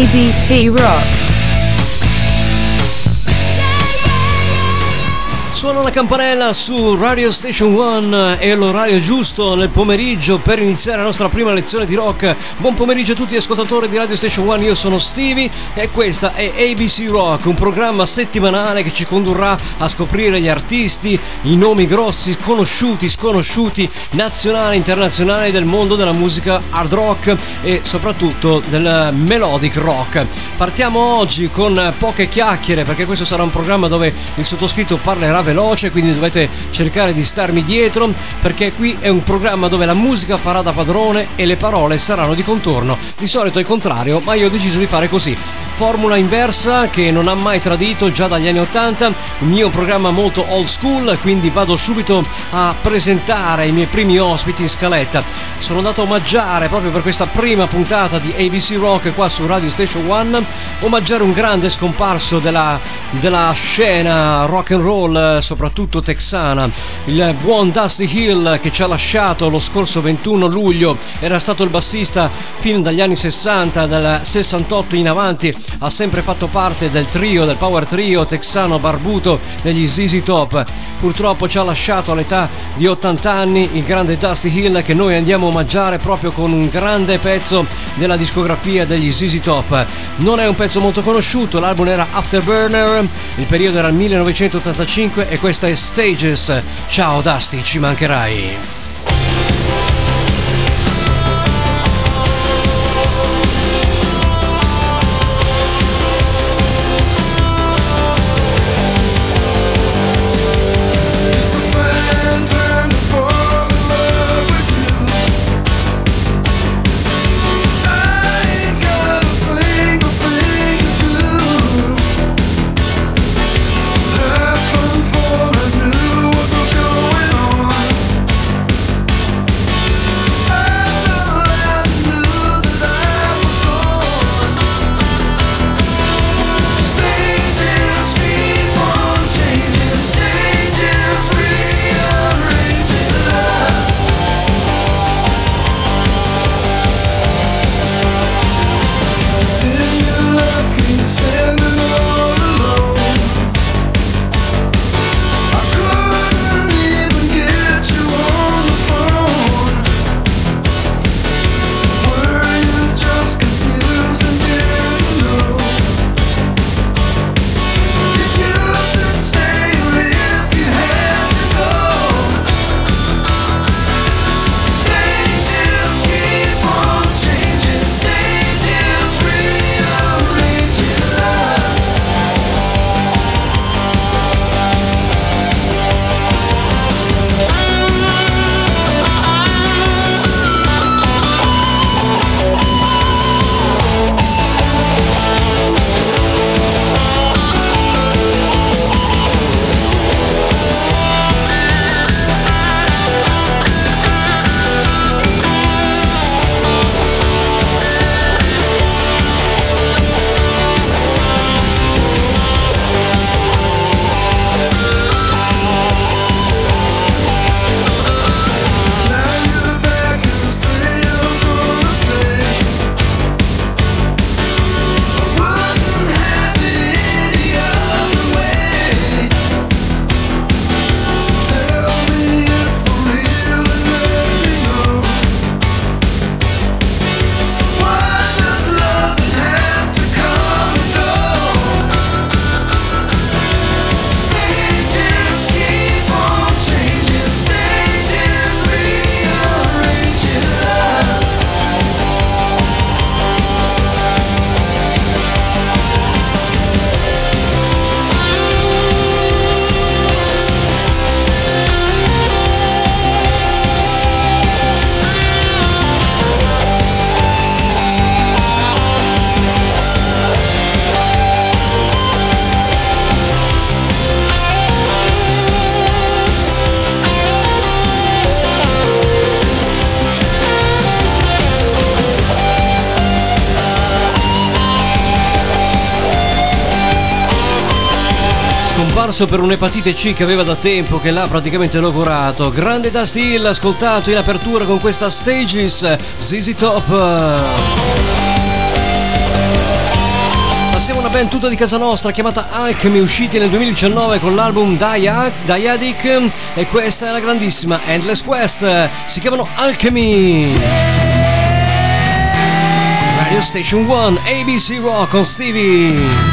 ABC Rock. Suona la campanella su Radio Station One, è l'orario giusto nel pomeriggio per iniziare la nostra prima lezione di rock. Buon pomeriggio a tutti gli ascoltatori di Radio Station One, io sono Stevie e questa è ABC Rock, un programma settimanale che ci condurrà a scoprire gli artisti, i nomi grossi, conosciuti, sconosciuti, nazionali, internazionali del mondo della musica hard rock e soprattutto del melodic rock. Partiamo oggi con poche chiacchiere perché questo sarà un programma dove il sottoscritto parlerà veloce, quindi dovete cercare di starmi dietro perché qui è un programma dove la musica farà da padrone e le parole saranno di contorno. Di solito è il contrario, ma io ho deciso di fare così. Formula inversa che non ha mai tradito già dagli anni 80, un mio programma molto old school, quindi vado subito a presentare i miei primi ospiti in scaletta. Sono andato a omaggiare proprio per questa prima puntata di ABC Rock qua su Radio Station One, omaggiare un grande scomparso della scena rock and roll, soprattutto texana, il buon Dusty Hill che ci ha lasciato lo scorso 21 luglio, era stato il bassista fin dagli anni 60, dal 68 in avanti ha sempre fatto parte del trio, del power trio texano barbuto degli ZZ Top. Purtroppo ci ha lasciato all'età di 80 anni il grande Dusty Hill che noi andiamo a omaggiare proprio con un grande pezzo della discografia degli ZZ Top. Non è un pezzo molto conosciuto, l'album era Afterburner, il periodo era il 1985 e questa è Stages. Ciao Dusty, ci mancherai. Scomparso per un'epatite C che aveva da tempo, che l'ha praticamente logorato. Grande Dusty Hill, ascoltato in apertura con questa Stages, ZZ Top. band tutta di casa nostra chiamata Alchemy, usciti nel 2019 con l'album Dyadic, e questa è la grandissima Endless Quest, si chiamano Alchemy. Radio Station 1, ABC Rock con Stevie.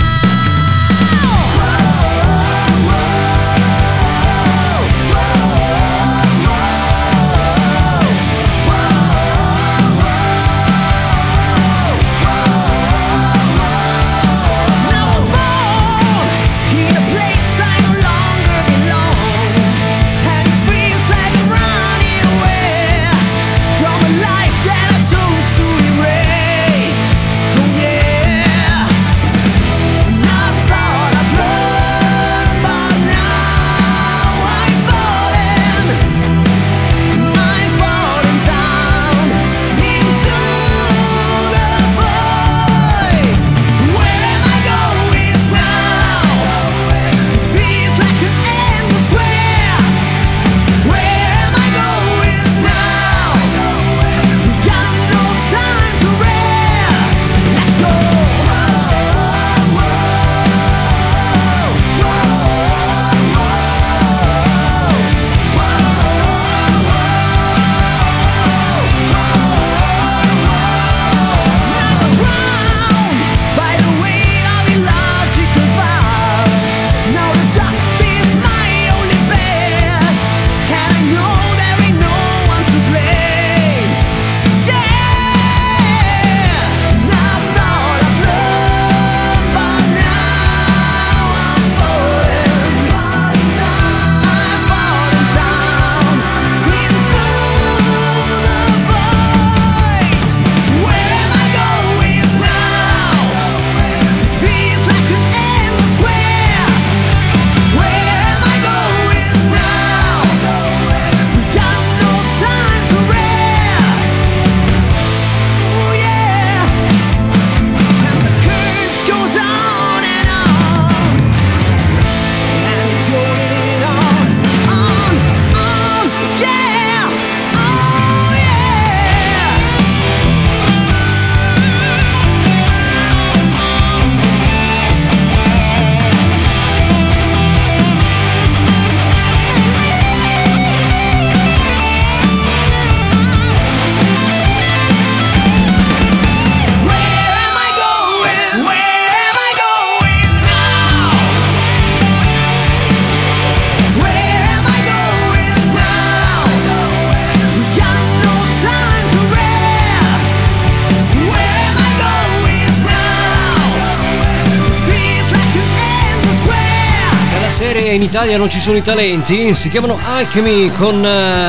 In Italia non ci sono i talenti, si chiamano Alchemy con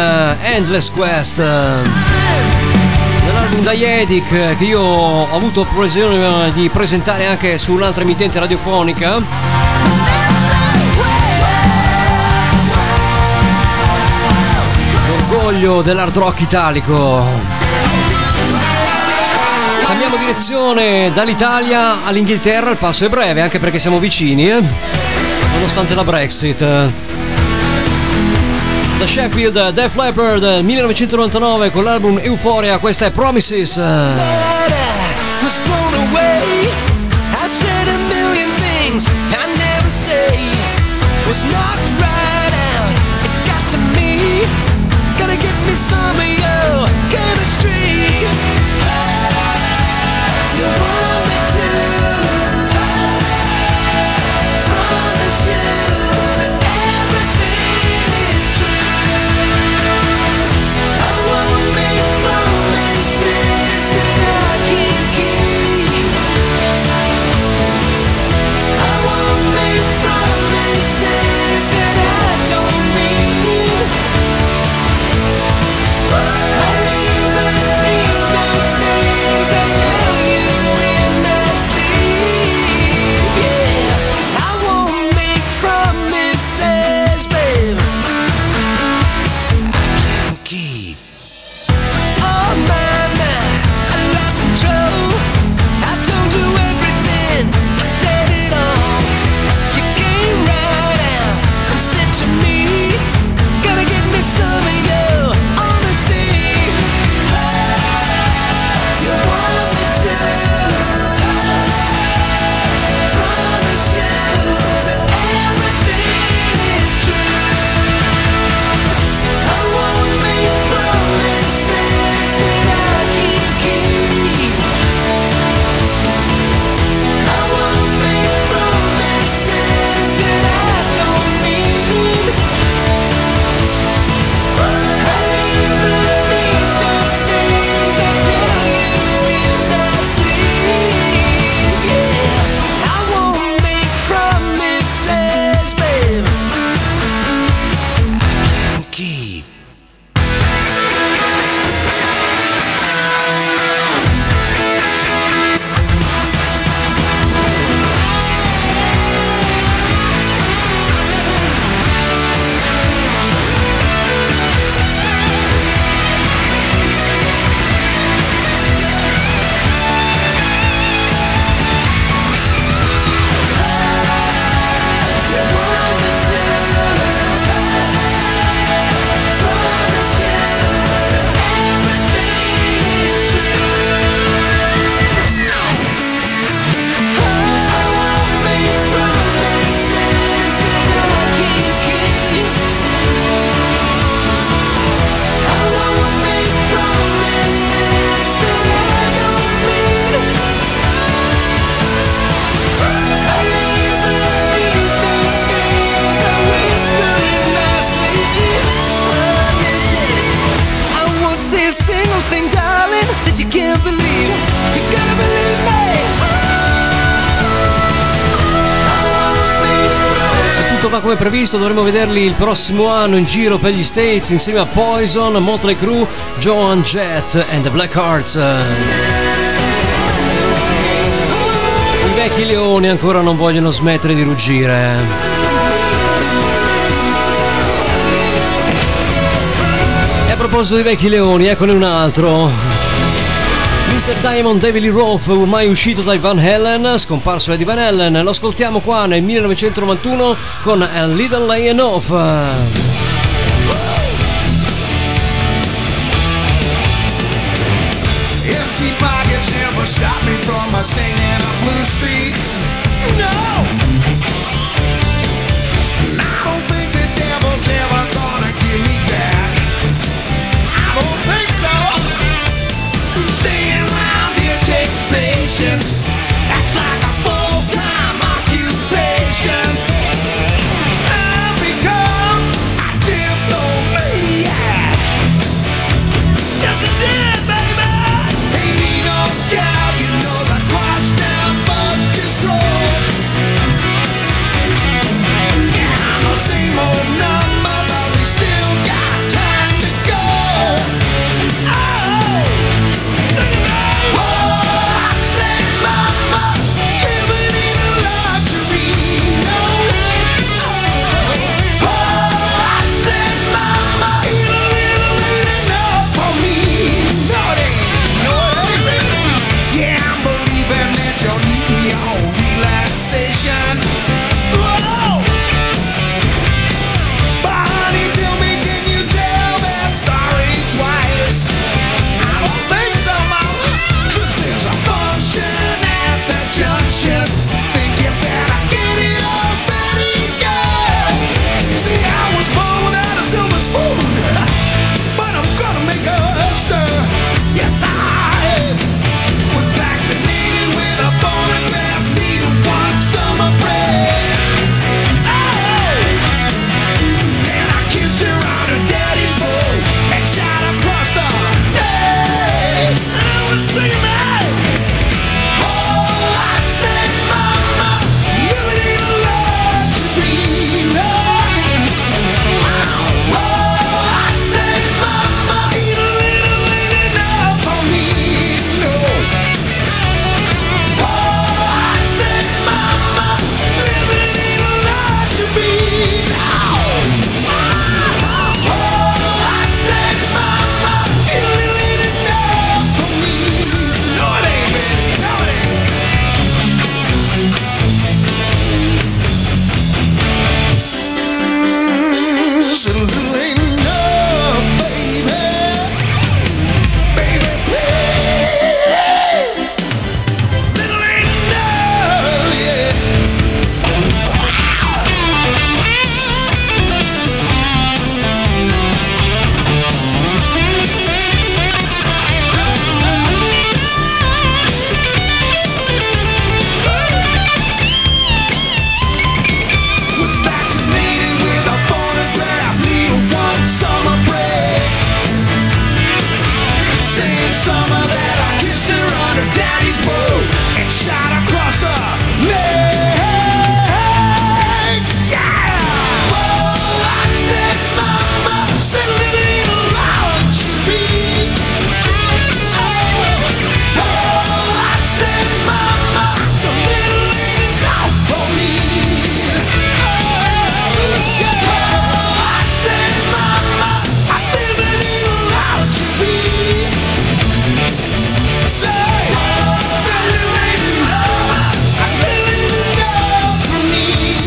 Endless Quest, dell'album Dyadic, che io ho avuto occasione di presentare anche su un'altra emittente radiofonica. L'orgoglio dell'hard rock italico. Cambiamo direzione dall'Italia all'Inghilterra, il passo è breve anche perché siamo vicini, nonostante la Brexit. Da Sheffield, Def Leppard 1999 con l'album Euphoria, questa è Promises. Whoa. ma come previsto dovremo vederli il prossimo anno in giro per gli States insieme a Poison, Motley Crue, Joan Jett and the Blackhearts. I vecchi leoni ancora non vogliono smettere di ruggire. E a proposito di vecchi leoni, eccone un altro. Mr. Diamond David Lee Roth, ormai uscito dai Van Halen, scomparso Eddie Van Halen, lo ascoltiamo qua nel 1991 con A Little Laying Off. Empty pockets never stop me from singing on Blue Street. No, I don't think the devil's ever gonna give me back. I don't think so. Staying around here takes patience. That's like a full-time occupation. I've become a diplomat. Yes, it did, baby. Hey, me no gal, you know the crosstown bus just rolled. Yeah, I'm the same old number, but we still got time to go. Oh, I say, mama, living in a luxury, no. Oh, I say, mama, ain't a little ain't enough for me. No, it ain't, no, it ain't. Yeah, I'm believing that you're needing your relaxation. Whoa. But honey, tell me, can you tell that story twice? I don't think so, mama, 'cause there's a function at the junction. Think you better get it on ready, girl. See, I was born out of silver spoon, but I'm gonna make a stir. Yes, I was vaccinated with a phonograph needle one summer break. And I kissed her on her daddy's boat and shot across the lake. I was singing that. Oh, I said, mama, you need a luxury love. Oh, I said, mama, ain't a little ain't enough for me, no. Oh, I said, mama, living in a luxury now. Oh, I said, mama, ain't a little ain't enough for me. No, it ain't, baby, no, it ain't. Just a little ain't enough, baby. Baby, please. Little ain't enough, yeah. Was vaccinated with a phonograph needle one summer break. Same summer that I kissed her on her daddy's boat and shot across the lake. Yeah! Oh, I said, mama, said living in a luxury. Oh, I said, mama, so little ain't enough for me. Oh, I said, mama, I'm living in a luxury. Say, little ain't enough. I'm living enough for me.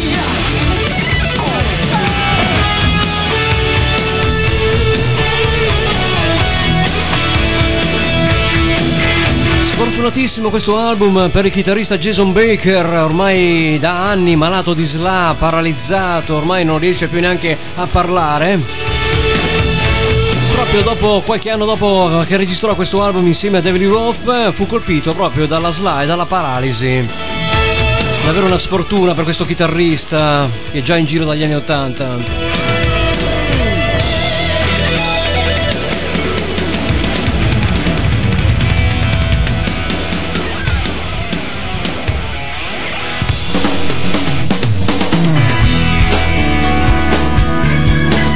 Sfortunatissimo questo album per il chitarrista Jason Baker, ormai da anni malato di SLA, paralizzato, ormai non riesce più neanche a parlare. Proprio dopo, qualche anno dopo che registrò questo album insieme a David Lee Roth, fu colpito proprio dalla SLA e dalla paralisi. Davvero una sfortuna per questo chitarrista che è già in giro dagli anni '80.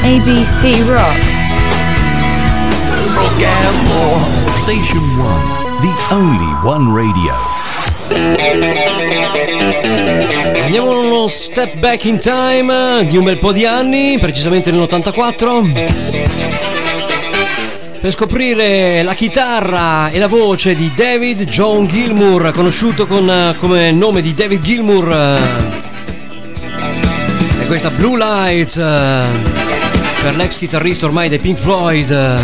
ABC Rock. Rock and roll. Station 1, the only one radio. Andiamo uno step back in time di un bel po' di anni, precisamente nell'84, per scoprire la chitarra e la voce di David John Gilmour, conosciuto come nome di David Gilmour. E questa Blue Lights per l'ex chitarrista ormai dei Pink Floyd.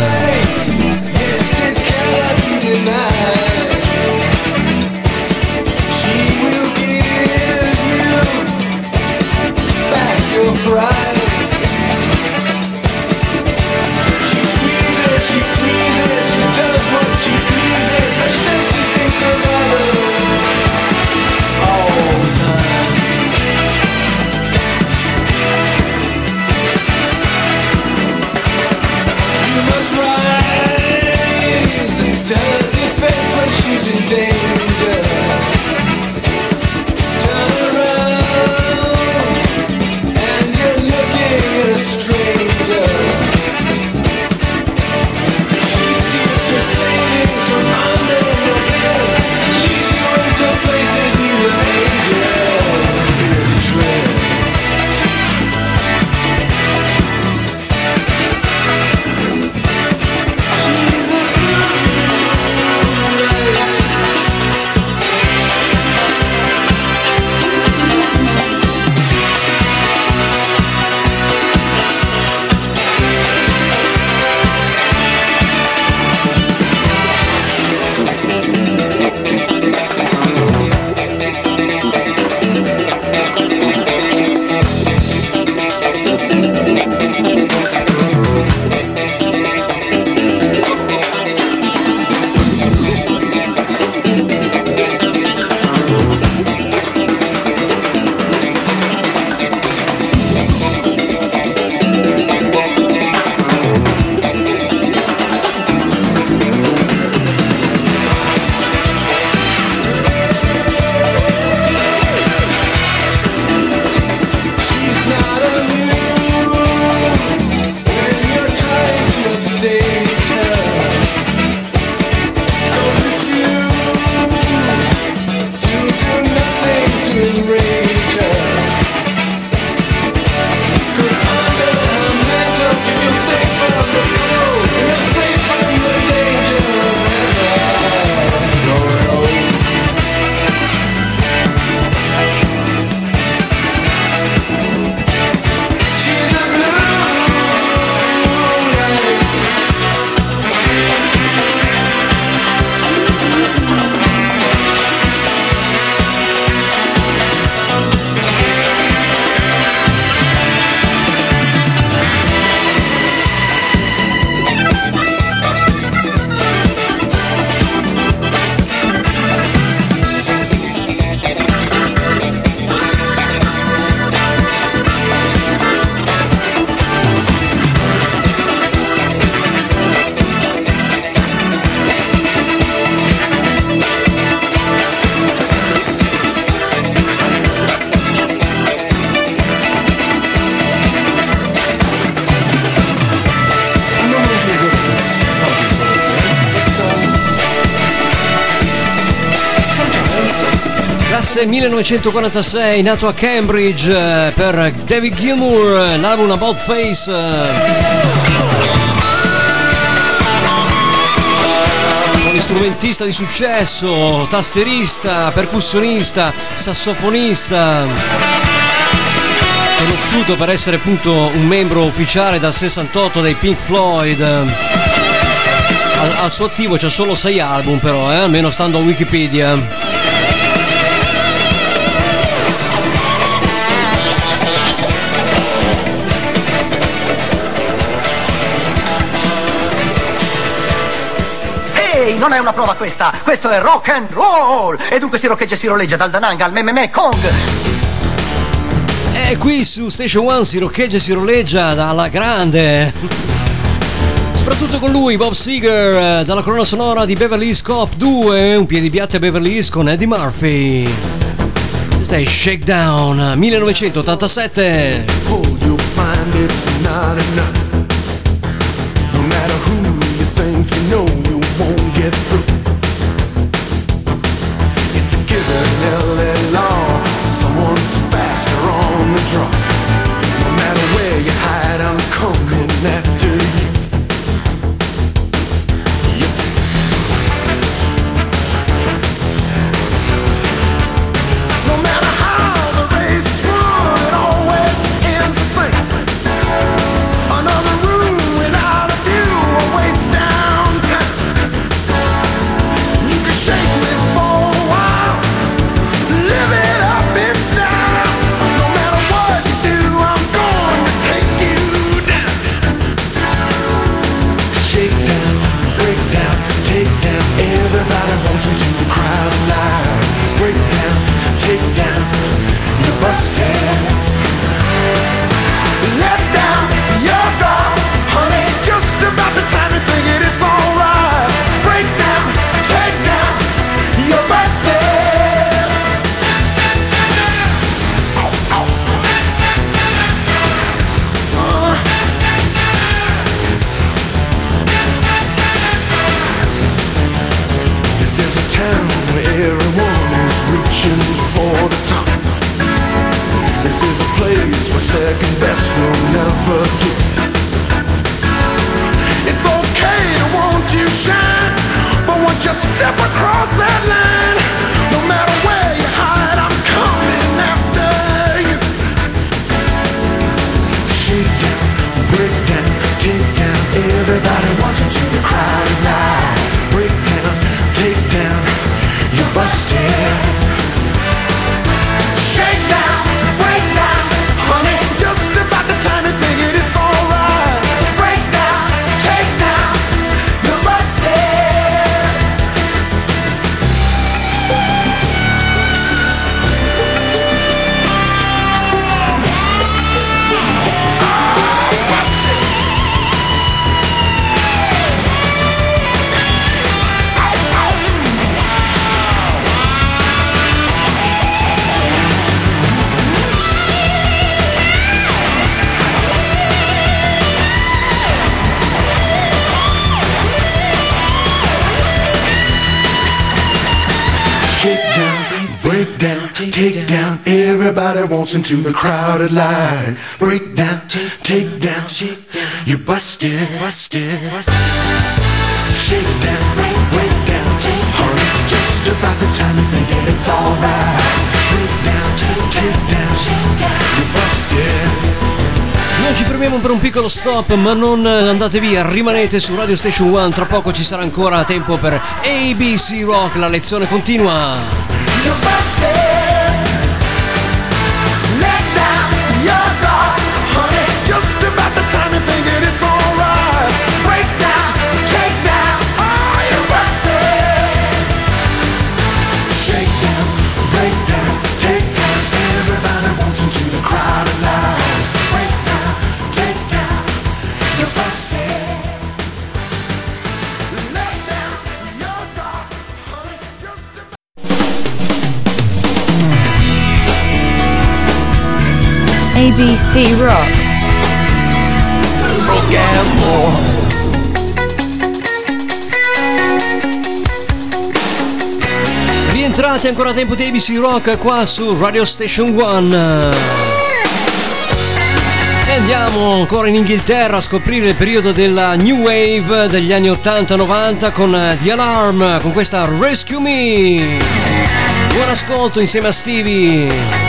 Classe 1946, nato a Cambridge, per David Gilmour, l'album About Face. Polistrumentista di successo, tastierista, percussionista, sassofonista, conosciuto per essere appunto un membro ufficiale dal 68 dei Pink Floyd. Al suo attivo c'è solo 6 album però, almeno stando a Wikipedia. Non è una prova questa, questo è rock and roll! E dunque si roccheggia e si roleggia dal Danang al Meme Kong. E qui su Station One si roccheggia e si roleggia dalla grande. Soprattutto con lui, Bob Seger, dalla colonna sonora di Beverly Hills Cop 2, un piedipiatta a Beverly Hills con Eddie Murphy. Questa è Shakedown, 1987. Oh, you'll find it's not enough. never do. It's okay to want to shine, but once you step across that line, no matter where you hide, I'm coming after you. Shake down, break down, take down. Everybody wants into the crowded line. Break down, take down, you're busted. Shake down, break down, honey, just about the time you think it's alright. Break down, take down, you're busted. Shake down, break down, take down. Everybody wants into the crowded line. Break down, take down, you busted, busted. Shake down, break down, honey, just about the time you think that it's alright. Break down, take down, you busted. Noi ci fermiamo per un piccolo stop, ma non andate via, rimanete su Radio Station One, tra poco ci sarà ancora tempo per ABC Rock, la lezione continua. You're busted. Let down your guard, honey, just about the time you're thinking it's alright. Break down, take down, oh, you're busted. Shake down, break down, take down. Everybody wants into the crowded line. Break down, take down, you're busted. Let down your guard, honey, just about. ABC Rock. Rock and roll. Rientrate ancora a tempo di ABC Rock qua su Radio Station One. E andiamo ancora in Inghilterra a scoprire il periodo della New Wave degli anni 80-90 con The Alarm, con questa Rescue Me. Buon ascolto insieme a Stevie.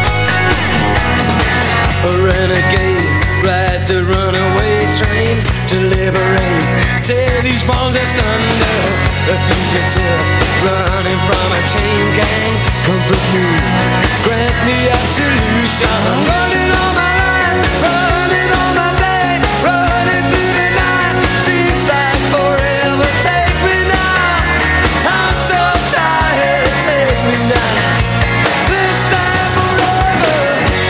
A renegade rides a runaway train to liberate, tear these bonds asunder. A fugitive running from a chain gang. Comfort me, grant me absolution. I'm running all my life, running all my day, running through the night. Seems like forever. Take me now. I'm so tired. Take me now. This time forever.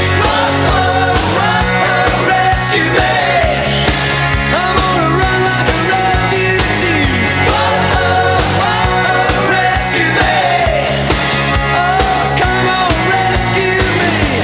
Rescue me. I'm gonna run like a refugee. Rescue me. Oh, come on, rescue me.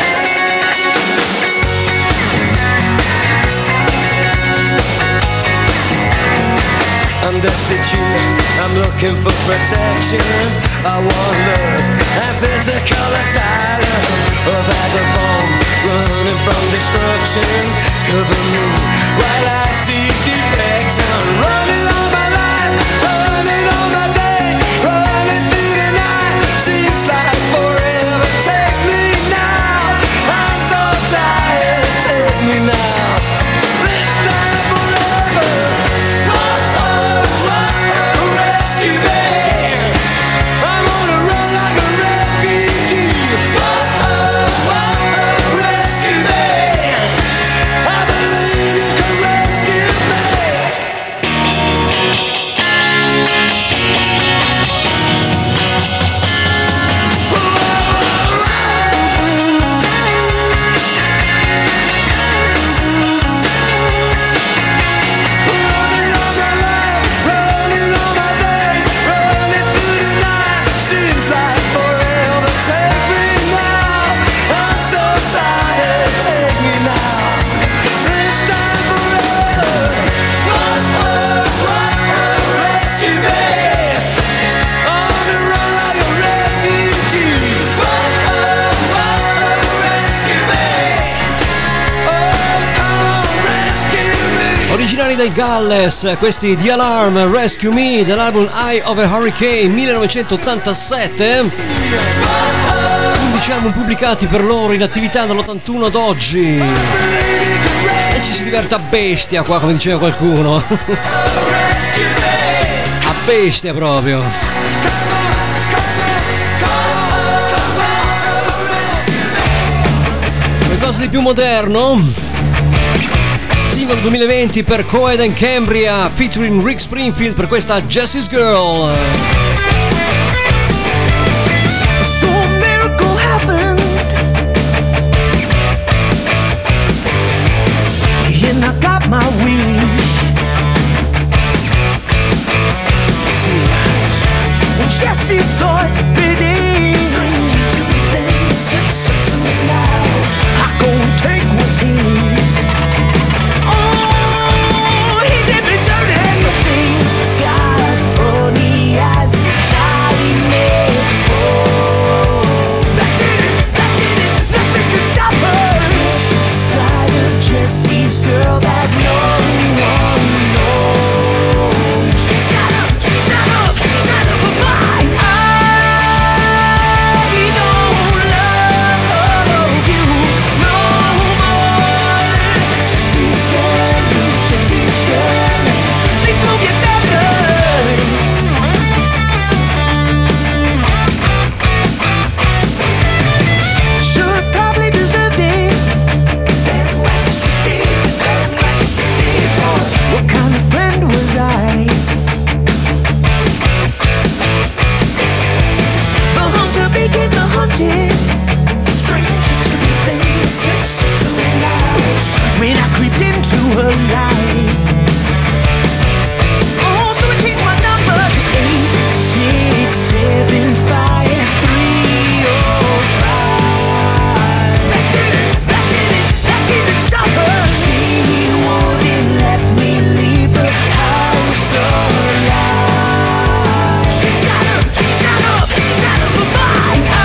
I'm destitute, I'm looking for protection. I want love and physical asylum. A vagabond running from destruction. Cover me while I seek defection. Running all my life, running all my day, running through the night. Seems like forever. Take me now. I'm so tired. Take me now. This time forever. Rescue me. I'm gonna run like a refugee. Rescue me. I believe you can rescue Originali del Galles, questi The Alarm, Rescue Me, dell'album Eye of a Hurricane 1987. 11 album pubblicati per loro in attività dall'81 ad oggi. E ci si diverte a bestia qua, come diceva qualcuno. A bestia proprio. Qualcosa di più moderno. Singolo 2020 per Coed and Cambria featuring Rick Springfield per questa Jessie's Girl. So a miracle happened, and I got my wish. See, when Jessie saw it fitting, stranger to me then, sexy to me now, I go and take what's his. Oh, he did me dirty things, got funny eyes, time exposed. That did it, nothing could stop her. Side of Jessie's girl that no one knows. She's out of mine. I don't love you no more. Jesse's girl, things will get better. Sure, probably deserved it. Damn right it's true, boy. What kind of friend was I? The hunter became the hunted. Stranger to me then, sexy to me now. When I creeped into her life. Oh, so I changed my number to 8675305. That didn't stop her. She wouldn't let me leave the house alive. She's out of her mind. I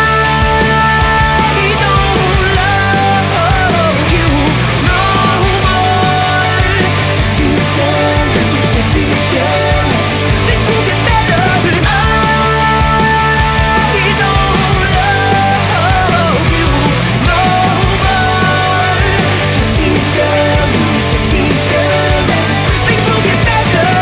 don't love you no more. Jesse's girl, things will get better. I don't love you no more. Jesse's girl, things will get better.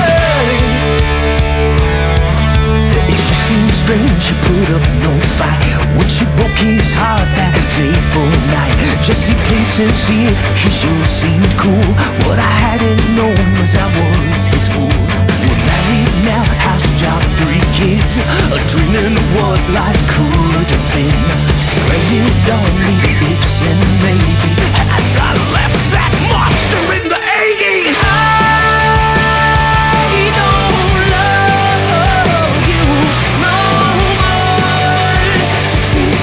It just seemed strange she put up no fight when she broke his heart that fateful night. Jessie played sincere, he sure seemed cool. What I hadn't known was I was his fool. We're married now, house, job, 3 kids, dreaming of what life could have been. Stranded on the ifs and maybes, and I left that monster in the 80s. I don't love you no more. Jesse's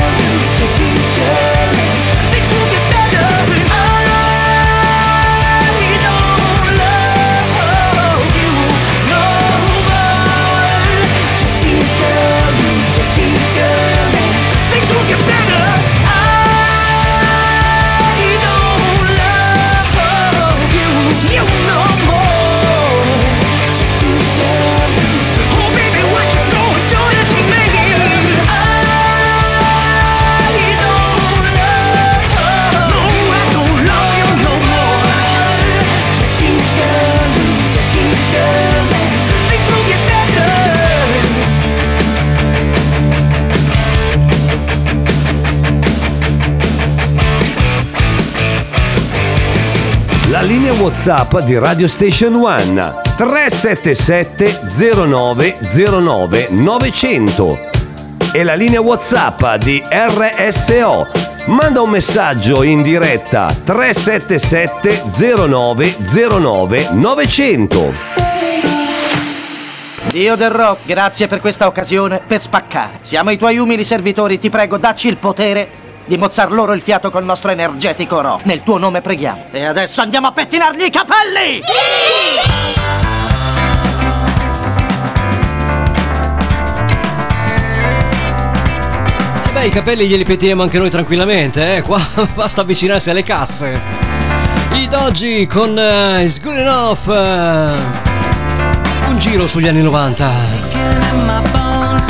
girl, things will get better. I don't love you no more. Jesse's girl, things will get better. I don't love you no more. Jesse's girl, oh baby, what you gonna do this for me? I don't love you no more. Jesse's girl, things will get better. La linea WhatsApp di Radio Station One 377 0909 900 e la linea WhatsApp di RSO. Manda un messaggio in diretta 377 0909 900. Dio del rock, grazie per questa occasione per spaccare. Siamo i tuoi umili servitori, ti prego, dacci il potere di mozzar loro il fiato col nostro energetico rock. Nel tuo nome preghiamo. E adesso andiamo a pettinargli i capelli! Beh, i capelli glieli pettiniamo anche noi tranquillamente, Qua basta avvicinarsi alle casse. I Doji con It's Good Enough. Un giro sugli anni 90.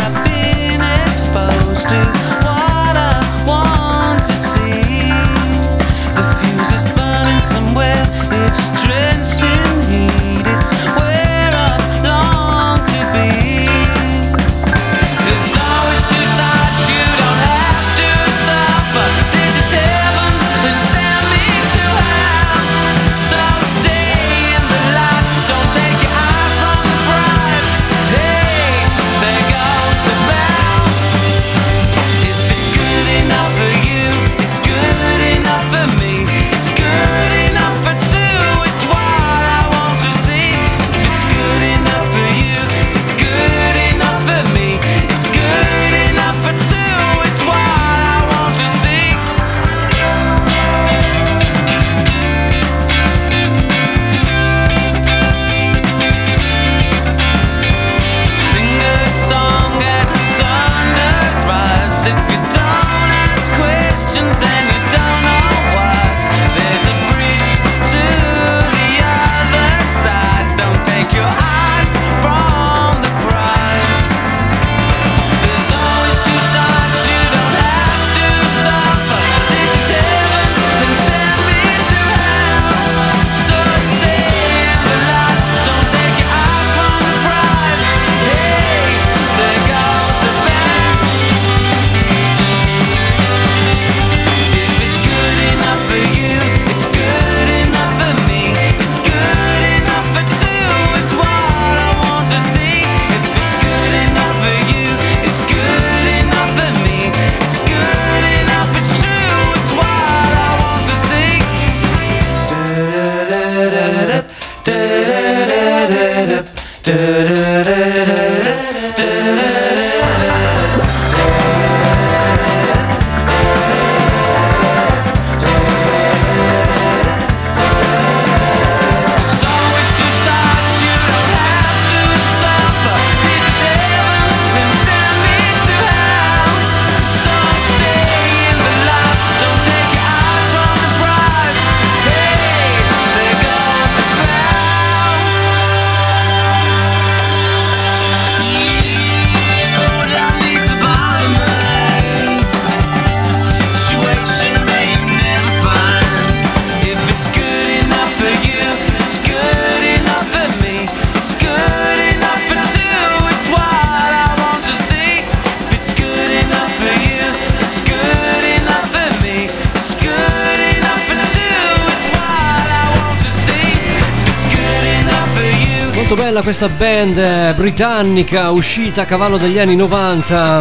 Molto bella questa band britannica uscita a cavallo degli anni 90.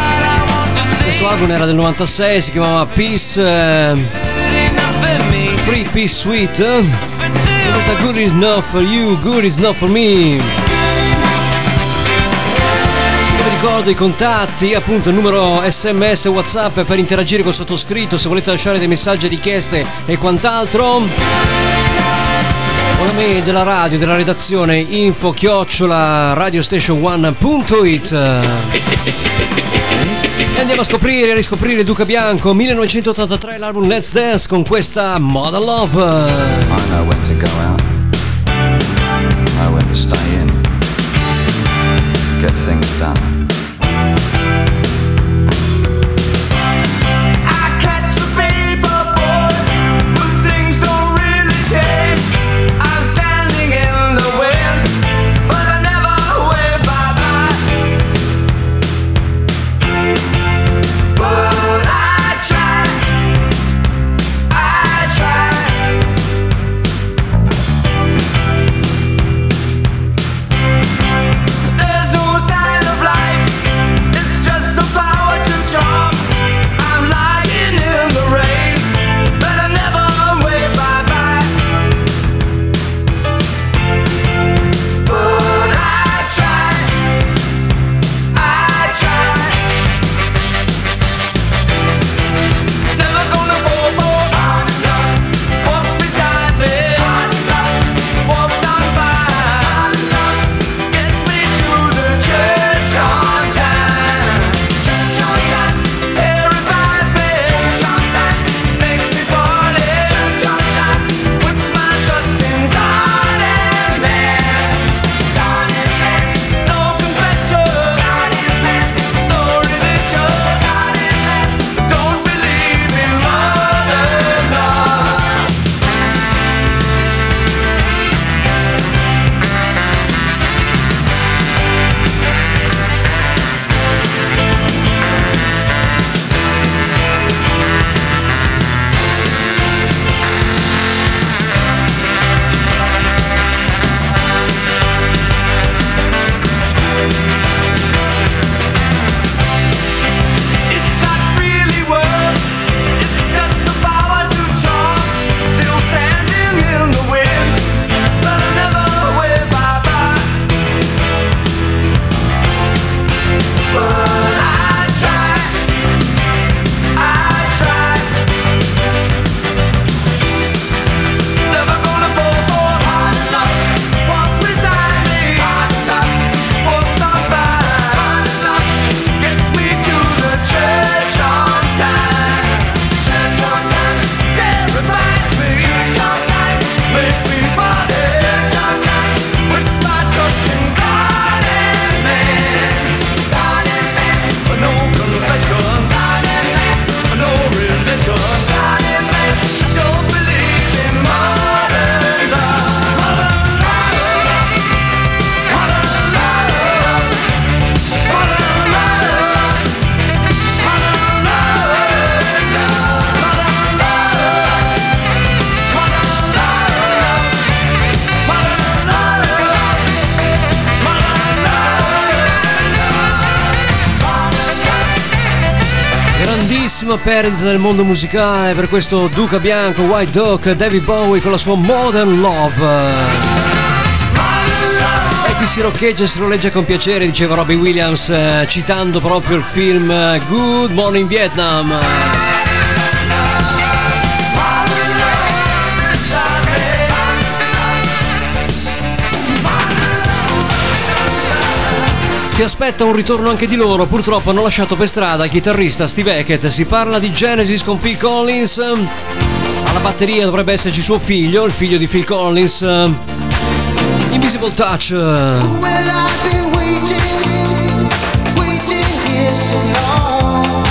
Questo album era del 96, si chiamava Peace Free Peace Suite. E questa Good Is Not For You, Good Is Not For Me. Io vi ricordo i contatti, appunto il numero SMS WhatsApp per interagire col sottoscritto se volete lasciare dei messaggi, richieste e quant'altro. O la mail della radio, della redazione info@radiostation1.it. E andiamo a scoprire e riscoprire Duca Bianco, 1983, l'album Let's Dance con questa Modern Love. I know when to go out, I know when to stay in, get things done. There's no sign of life. grandissima perdita del mondo musicale per questo Duca Bianco, White Duck, David Bowie con la sua Modern Love. E qui si roccheggia e si roleggia con piacere, diceva Robbie Williams, citando proprio il film Good Morning Vietnam. Si aspetta un ritorno anche di loro, purtroppo hanno lasciato per strada il chitarrista Steve Hackett. Si parla di Genesis con Phil Collins, alla batteria dovrebbe esserci suo figlio, il figlio di Phil Collins, Invisible Touch. Well, I've been waiting here so long,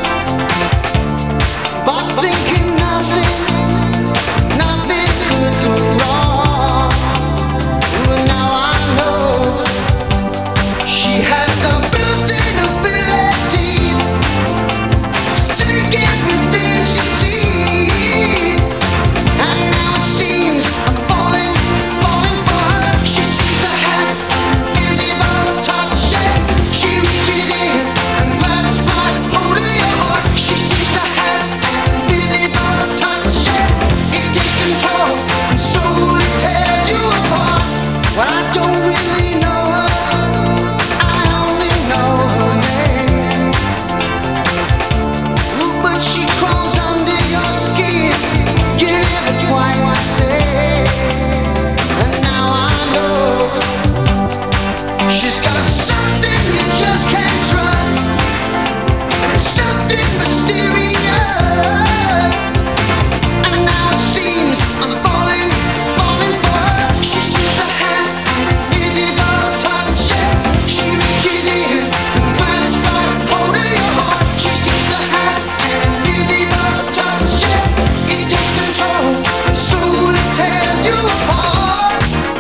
but thinking nothing could go wrong. Well, now I know she has the built-in ability to take everything she sees, and now it seems I'm falling for her. She seems to have an invisible touch, yeah. She reaches in and grabs right hold of your heart. She seems to have an invisible touch, yeah. It takes control and slowly tears you apart. Well, I don't really know her, I only know her name, but she crawls under your skin, you never quite the same. And now I know she's got something you just can't trust, and it's something mysterious. And now it seems I'm falling for her. She seems to have an invisible touch, yeah. She reaches in and grabs right hold of your heart. She seems to have an invisible touch, yeah. It takes control and slowly tears you apart.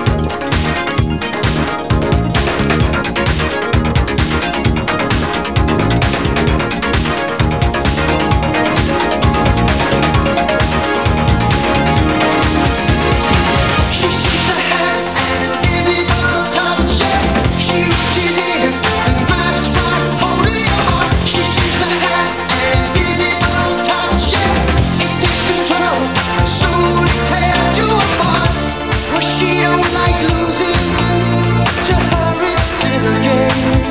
She seems to have an invisible touch, yeah. She reaches in and grabs right hold of your heart. She seems to have an invisible touch, yeah. It takes control and slowly tears you apart. Well, she don't like losing, to her it's still a game.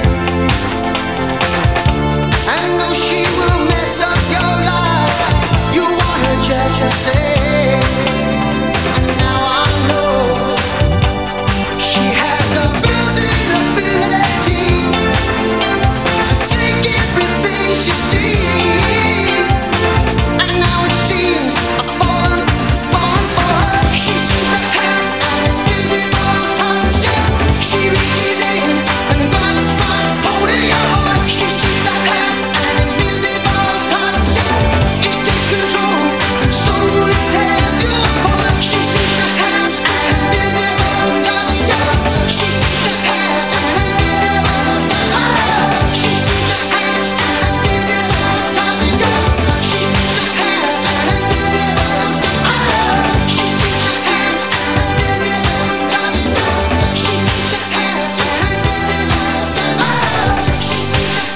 And though she will mess up your life, you want her just the same. And now I know she has the built-in ability to take everything she sees. And now it seems I'm falling for her. She seems to have an invisible touch, yeah. She reaches in and grabs right hold of your heart. She seems to have an invisible touch, yeah. It takes control and slowly tears you apart. She seems to have an invisible touch, yeah. She seems to have an invisible touch. She seems to have an invisible touch, yeah. She seems to have an invisible touch. She seems to have an invisible touch, yeah. She seems to have an invisible touch. She seems to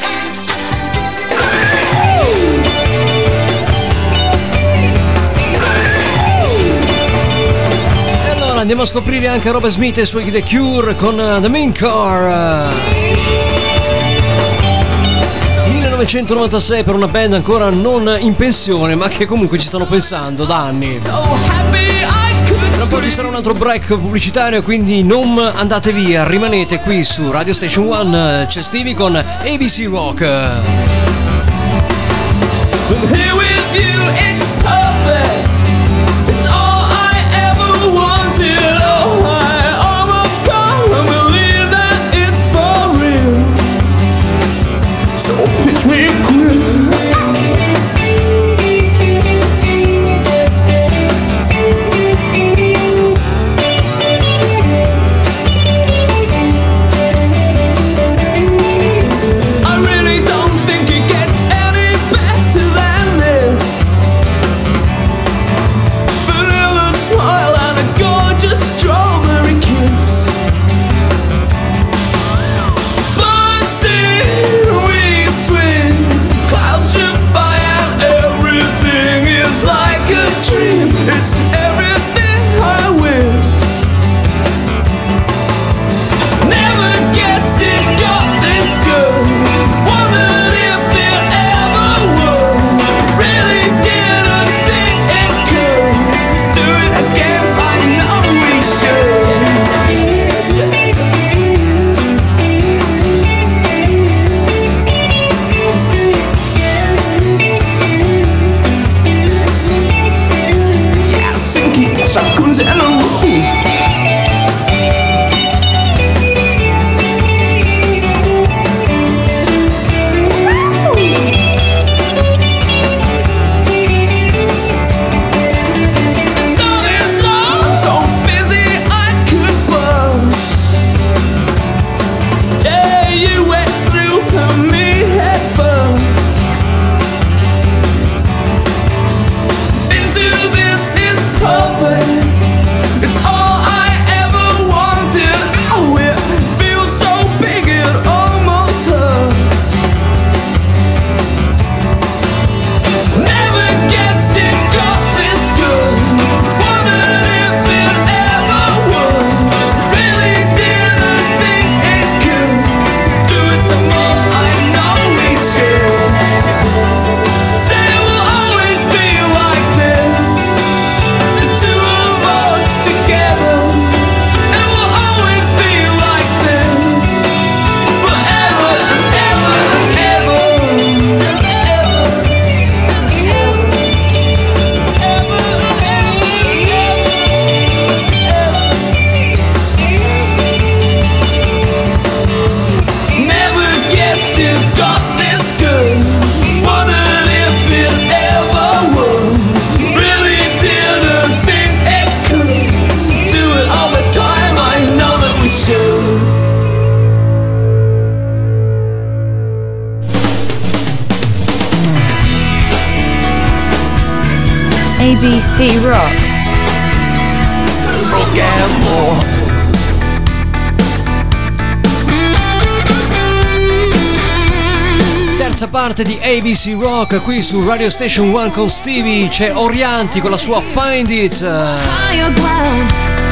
E allora andiamo a scoprire anche Robert Smith e i suoi The Cure con The Main Car. 1996 per una band ancora non in pensione, ma che comunque ci stanno pensando da anni. Tra poco ci sarà un altro break pubblicitario, quindi non andate via, rimanete qui su Radio Station One. C'è Stevie con ABC Rock. Here with you, it's perfect. It's all I ever wanted. Oh, I almost can't believe that it's for real. So pitch me a clue. I really don't think it gets any better than this. ABC Rock. Rock and more. Terza parte di ABC Rock qui su Radio Station One con Stevie. C'è Orianti con la sua Find It. Higher ground.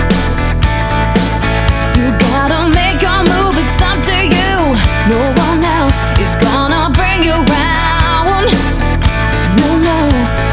You gotta make your move, it's up to you. No one else is gonna bring you round. No, no.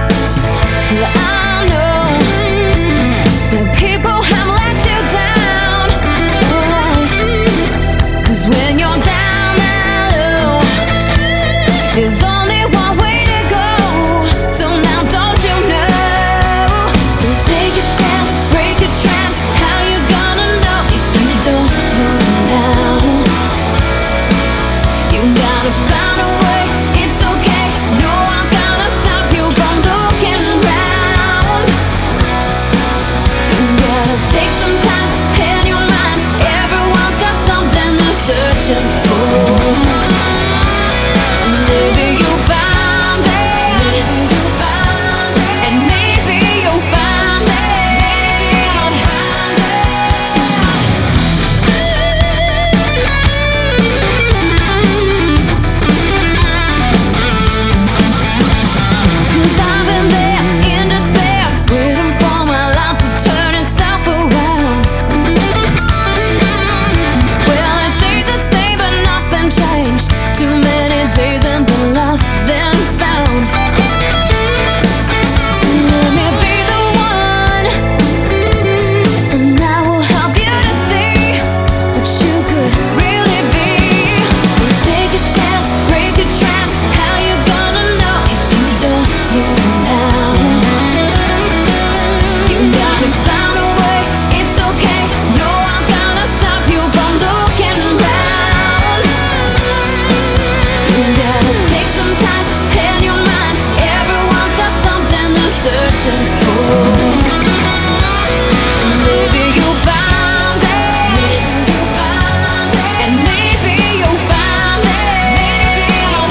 I know that people have let you down. Alright. 'Cause when you're down and low, there's only one way to go. So now don't you know? So take a chance, break a trance. How you gonna know if you don't run now? You gotta find a way, it's okay. No one's gonna stop you from looking around. You gotta take some time, in your mind. Everyone's got something they're searching for. Maybe you found it, and maybe you'll find it. Cause I've been there in despair, waiting for my life to turn itself around. Well, I say the same but nothing changed. Too many days and been lost then found. So let me be the one, and I will help you to see what you could really be. So take a chance, break a trance. How you gonna know if you don't move now? You gotta find a way, it's okay. No one's gonna stop you from looking around. You gotta take some time, in your mind. Everyone's got something they're searching for. Maybe you'll find it, and maybe you'll find it.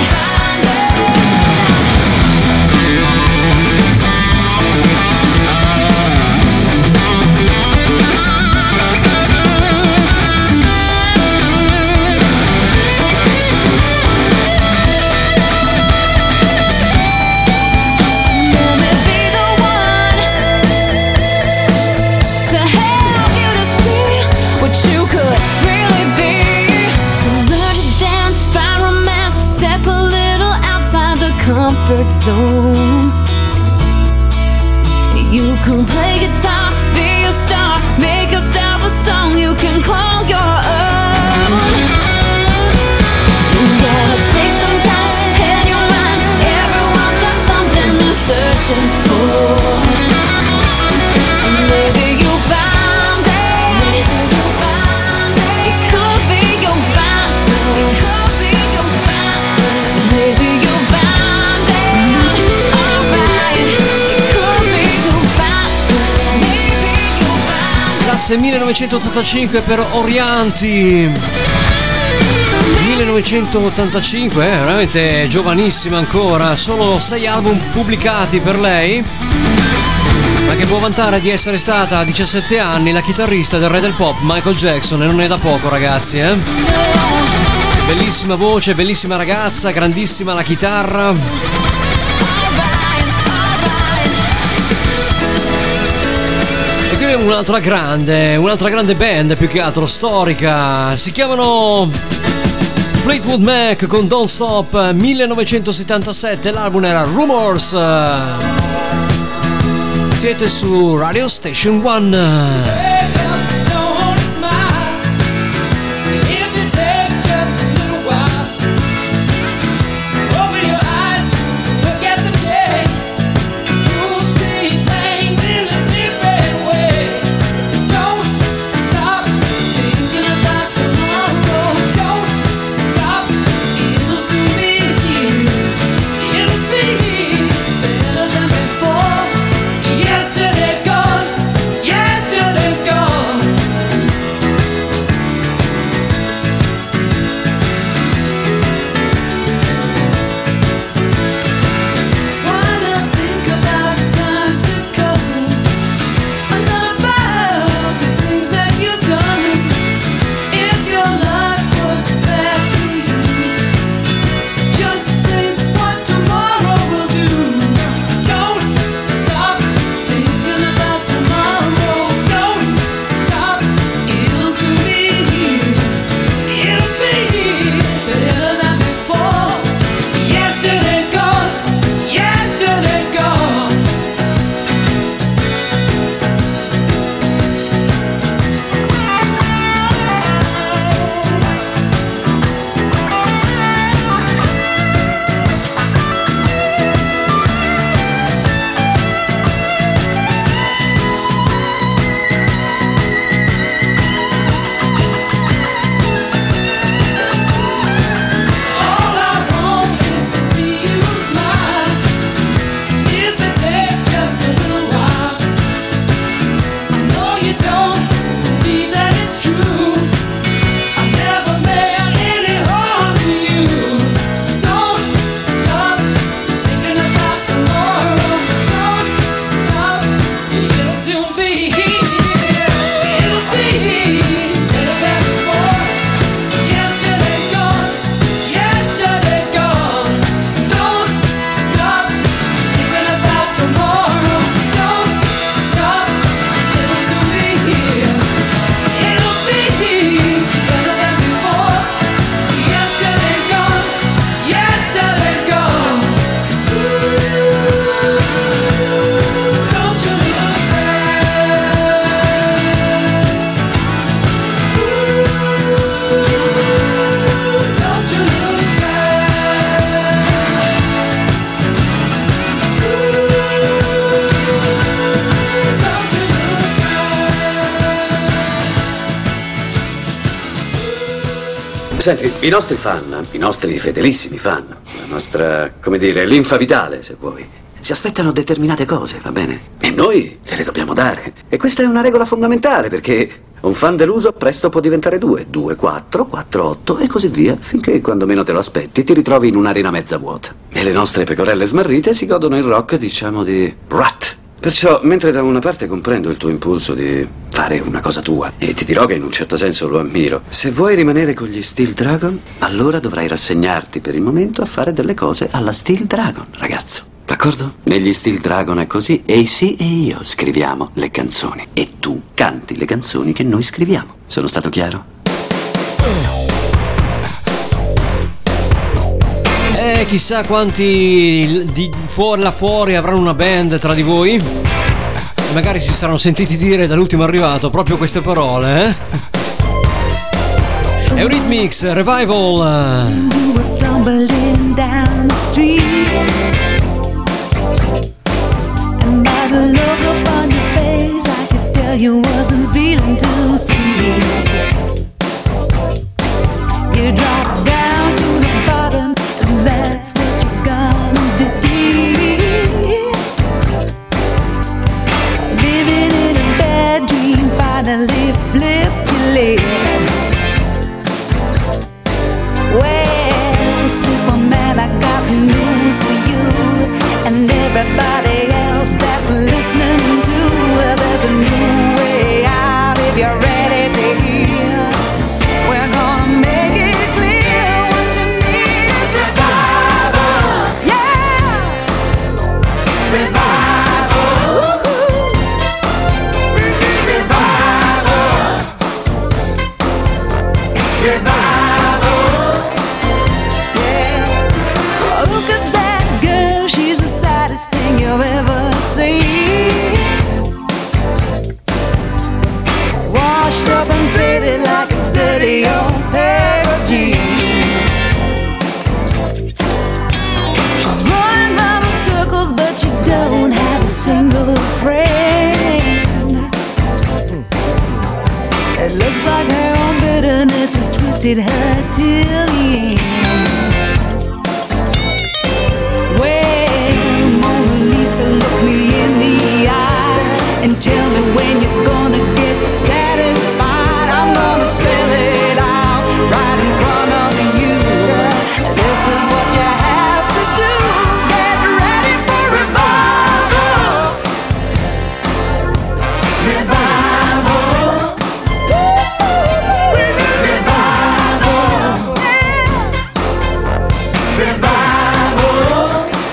Let me be the one to help you to see what you could really be. To learn to dance, find romance, step a little outside the comfort zone. You can play guitar, be a star, make yourself a song you can call your own. You gotta take some time, in your mind. Everyone's got something they're searching for. Maybe you'll find it. It could be you'll find it. It could be you'll find it. Maybe you'll find it. Alright. It could be you'll find it. Maybe you'll find it. Classe 1985 per Orianti. 1985, veramente giovanissima ancora, solo 6 album pubblicati per lei, ma che può vantare di essere stata a 17 anni la chitarrista del re del pop Michael Jackson, e non è da poco, ragazzi, eh? Bellissima voce, bellissima ragazza, grandissima la chitarra. E qui abbiamo un'altra grande band, più che altro storica, si chiamano Fleetwood Mac con Don't Stop, 1977, l'album era Rumors. Siete su Radio Station One. Yesterday's gone, yesterday's gone. Senti, i nostri fan, i nostri fedelissimi fan, la nostra, come dire, linfa vitale, se vuoi, si aspettano determinate cose, va bene? E noi gliele dobbiamo dare. E questa è una regola fondamentale, perché un fan deluso presto può diventare 2, 2, 4, 4, 8 e così via, finché quando meno te lo aspetti ti ritrovi in un'arena mezza vuota. E le nostre pecorelle smarrite si godono il rock, diciamo, di Rat. Perciò, mentre da una parte comprendo il tuo impulso di fare una cosa tua, e ti dirò che in un certo senso lo ammiro, se vuoi rimanere con gli Steel Dragon, allora dovrai rassegnarti per il momento a fare delle cose alla Steel Dragon, ragazzo. D'accordo? Negli Steel Dragon è così, AC e io scriviamo le canzoni e tu canti le canzoni che noi scriviamo. Sono stato chiaro? Chissà quanti là fuori avranno una band tra di voi. Magari si saranno sentiti dire dall'ultimo arrivato proprio queste parole, Eurythmics, Revival. You were stumbling down the street, and by the look upon your face I could tell you wasn't feeling too sweet. You dropped down to the bottom, and that's what you're gonna do. Living in a bad dream, finally flipped your lid. Well, Superman, I got news for you and everybody else that's listening to. There's a new way out if you're ready to hear. We're gonna make it clear what you need is revival. Yeah, revival. Woo-hoo. We need revival. Revival. Look at that girl, she's the saddest thing you've ever seen. Washed up and faded like a dirty old pair of jeans. She's running round in circles, but you don't have a single friend. It looks like her own bitterness has twisted her till the end. Well, Mona Lisa, look me in the eye and tell me when you're gonna get satisfied. I'm gonna spell it out right in front of you. This is what you have to do. Get ready for revival. Revival. We need revival. Yeah. Revival.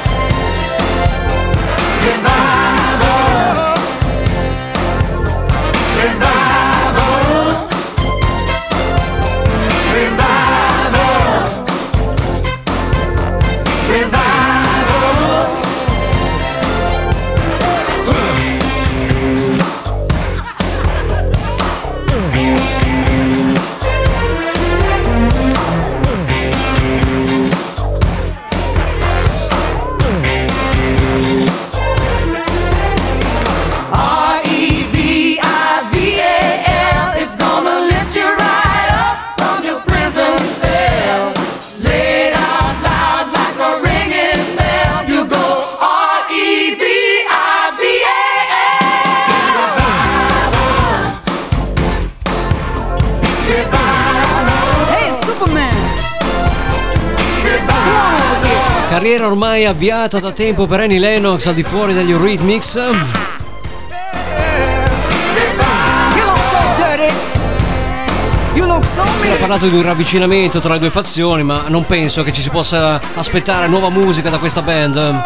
R-E-V-I-V-A-L, it's gonna lift you right up from your prison cell. Lay it out loud like a ringing bell. You go R-E-V-I-V-A-L. Revival. Hey, Superman. Revival. Carriera ormai avviata da tempo per Annie Lennox al di fuori degli Eurythmics. You look so dirty. You look so Si era mean. parlato di un ravvicinamento tra le due fazioni, ma non penso che ci si possa aspettare nuova musica da questa band.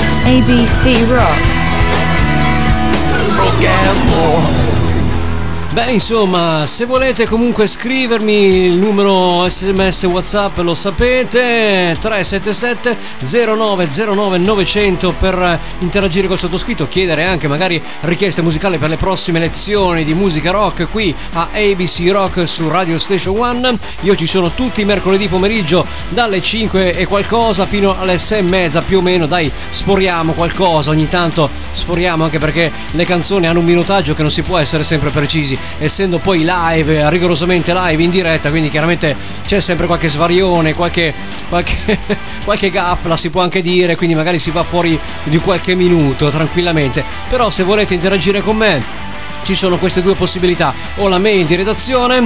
ABC Rock. Beh, insomma, se volete comunque scrivermi, il numero SMS WhatsApp lo sapete, 377 0909 900 per interagire col sottoscritto, chiedere anche magari richieste musicali per le prossime lezioni di musica rock qui a ABC Rock su Radio Station One. Io ci sono tutti i mercoledì pomeriggio dalle 5 e qualcosa fino alle 6:30 più o meno. Dai, sforiamo qualcosa, ogni tanto sforiamo, anche perché le canzoni hanno un minutaggio che non si può essere sempre precisi, essendo poi live, rigorosamente live in diretta, quindi chiaramente c'è sempre qualche svarione, qualche gafla si può anche dire, quindi magari si va fuori di qualche minuto tranquillamente. Però se volete interagire con me ci sono queste due possibilità: o la mail di redazione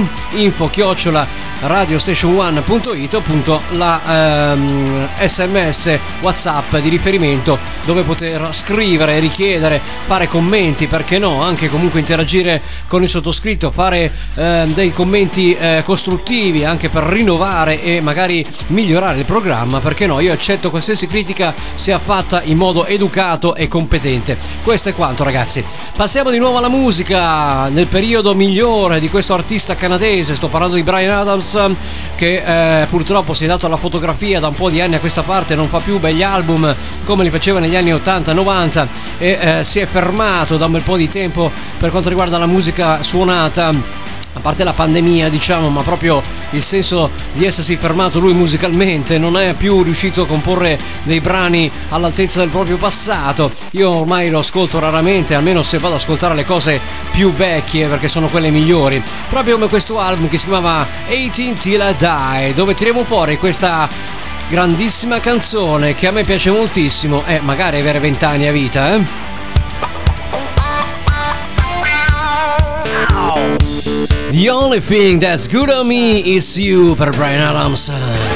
info@radiostation1.it, o appunto la SMS WhatsApp di riferimento, dove poter scrivere, richiedere, fare commenti, perché no, anche comunque interagire con il sottoscritto, fare dei commenti costruttivi anche per rinnovare e magari migliorare il programma, perché no, io accetto qualsiasi critica sia fatta in modo educato e competente. Questo è quanto, ragazzi. Passiamo di nuovo alla musica nel periodo migliore di questo artista canadese. Sto parlando di Bryan Adams, che purtroppo si è dato alla fotografia da un po' di anni a questa parte, non fa più begli album come li faceva negli anni 80-90 e si è fermato da un bel po' di tempo per quanto riguarda la musica suonata, a parte la pandemia, diciamo, ma proprio il senso di essersi fermato lui musicalmente. Non è più riuscito a comporre dei brani all'altezza del proprio passato. Io ormai lo ascolto raramente, almeno se vado ad ascoltare le cose più vecchie, perché sono quelle migliori, proprio come questo album che si chiamava 18 Till I Die, dove tiriamo fuori questa grandissima canzone che a me piace moltissimo, e magari avere 20 anni a vita, The only thing that's good on me is you, per Bryan Adams.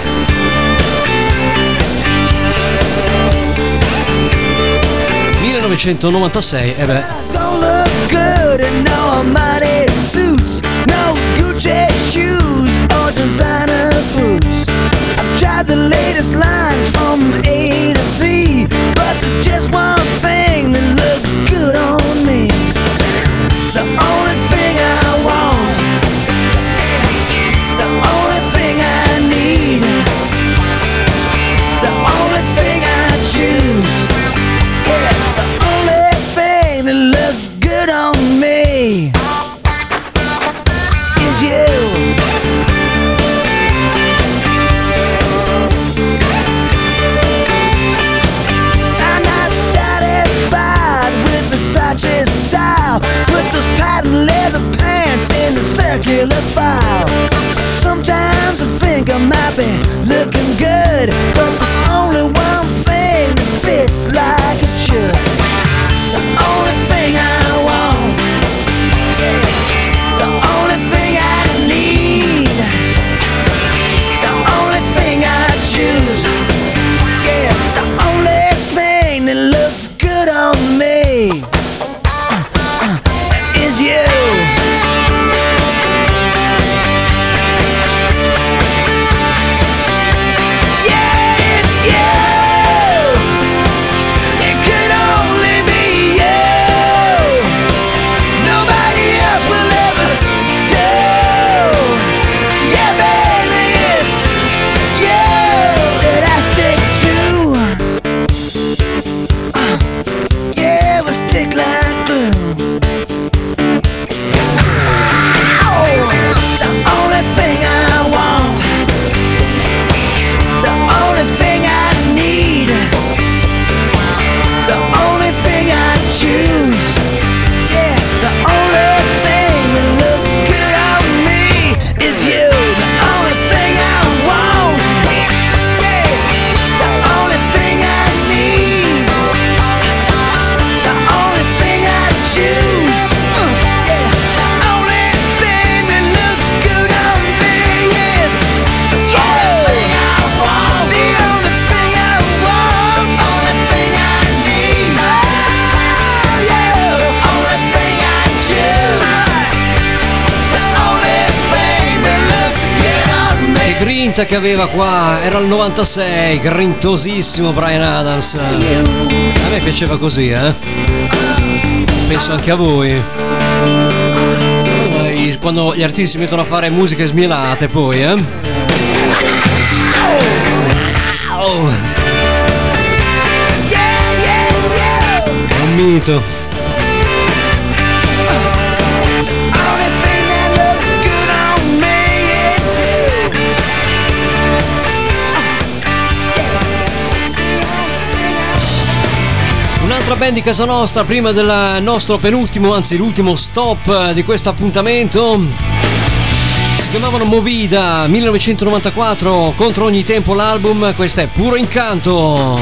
1996, e beh. Don't look good in no money suits, no Gucci shoes or designer boots. I've tried the latest lines from A to Z, but there's just one thing that looks good on me. The only thing I want, the only thing I need, the only thing I choose, yeah, the only thing that looks good on me is you. I'm not satisfied with Versace style. Put those patent leather pants in the circular file. Sometimes I think I might be looking good, but there's only one thing that fits like it should. The only thing I want, yeah, the only thing I need, the only thing I choose, yeah, the only thing that looks good on me is you. Yeah, it's you. It could only be you. Nobody else will ever do. Yeah, baby, it's you that I stick to. Yeah, we stick like glue. The only thing I want, the only thing I need, the only thing I choose, yeah, the only thing that looks good on me is you. The only thing I want, yeah, the only thing I need, the only thing I choose, yeah, the only thing that looks good on me is you. The only thing I want, the only thing I want, only thing I need, yeah, the only thing I choose, the only thing that looks good on me. Che grinta che aveva qua, era il 96, grintosissimo Bryan Adams. A me piaceva così, penso anche a voi. quando gli artisti si mettono a fare musiche smielate poi, eh? Oh. È un mito. Un'altra band di casa nostra prima del nostro penultimo, anzi l'ultimo stop di questo appuntamento. Si chiamavano Movida, 1994, contro ogni tempo l'album, questo è Puro Incanto.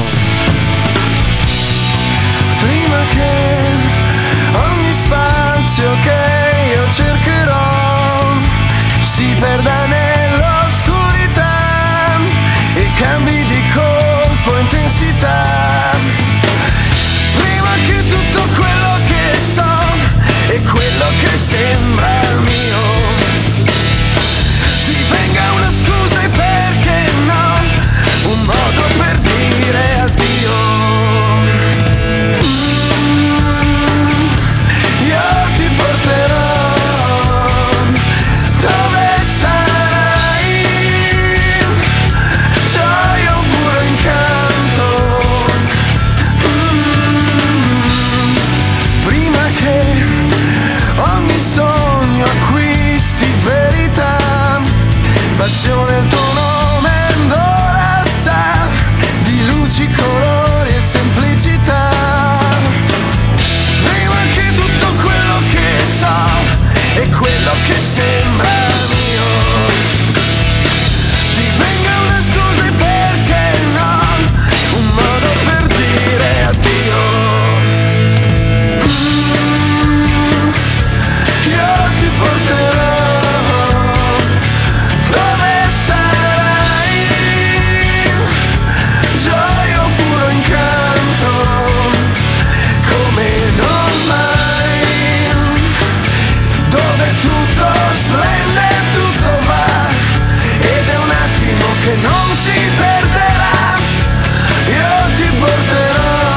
Prima che ogni spazio che io cercherò si perda nell'oscurità e cambi di colpo intensità. Prima che tutto quello che so e quello che sembra mio divenga una scusa e perché no, un modo per dire addio. Io ti porterò dove sarai, gioia o puro incanto. Prima che ogni sogno acquisti verità, passione il tuo nome ora sa di luci, colori e semplicità. Prima che tutto quello che so e quello che sembra mio divenga una scusa e perché no, un modo per dire addio. Io ti porterò dove sarai, gioia o puro incanto, come non mai, dove tutto splende e tutto va, ed è un attimo che non si perderà. Io ti porterò.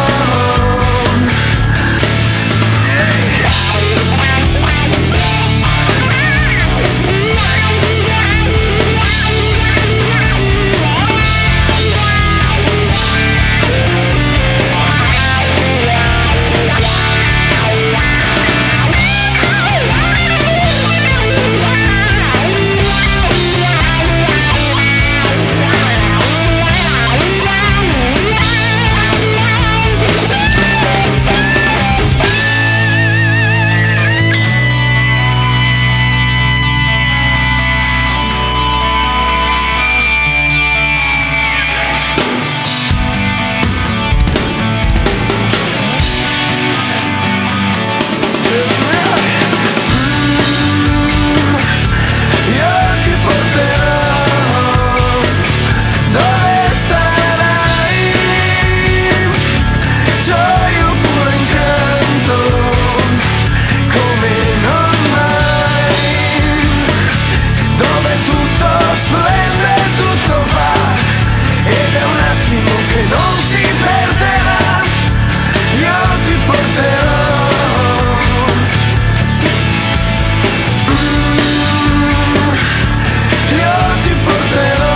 Splende tutto va, ed è un attimo che non si perderà. Io ti porterò. Io ti porterò.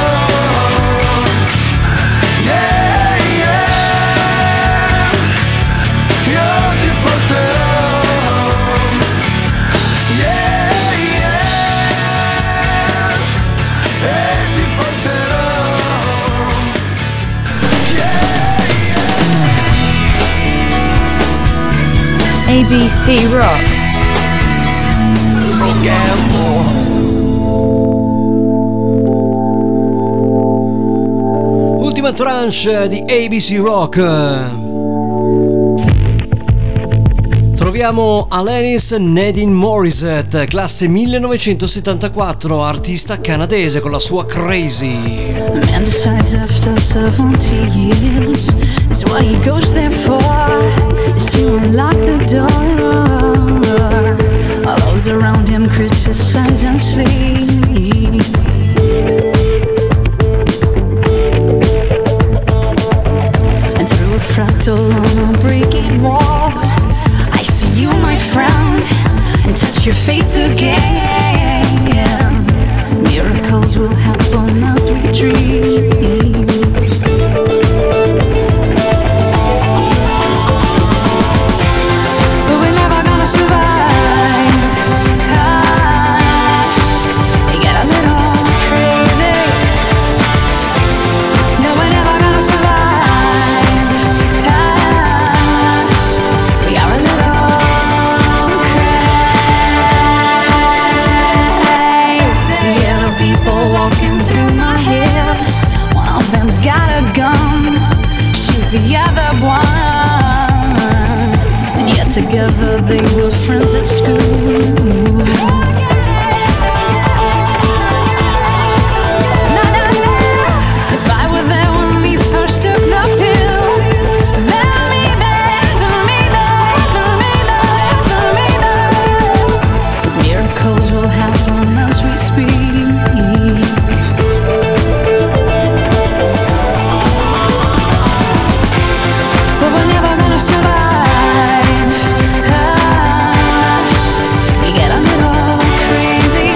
Yeah, yeah. Io ti porterò. Yeah, yeah. E ti porterò. ABC Rock. Ultima tranche di ABC Rock. Troviamo Alanis Nadine Morissette, classe 1974, artista canadese con la sua Crazy. Man decides after 70 years is what he goes there for, is to unlock the door. While those around him criticize and sleep. And through a fractal on a breaking wall, I see you, my friend, and touch your face again. flying. Miracles will happen as we dream. But we're never gonna survive. Cause we get a little crazy. No, we're never gonna survive. Cause we are a little crazy. Other people walking through my head. One of them's got a gun. Shoot the other one. And yet together they were friends at school. If I were there when we first took the pill, then maybe miracles will happen as we speak. But we're never gonna survive. Us, we get a little crazy.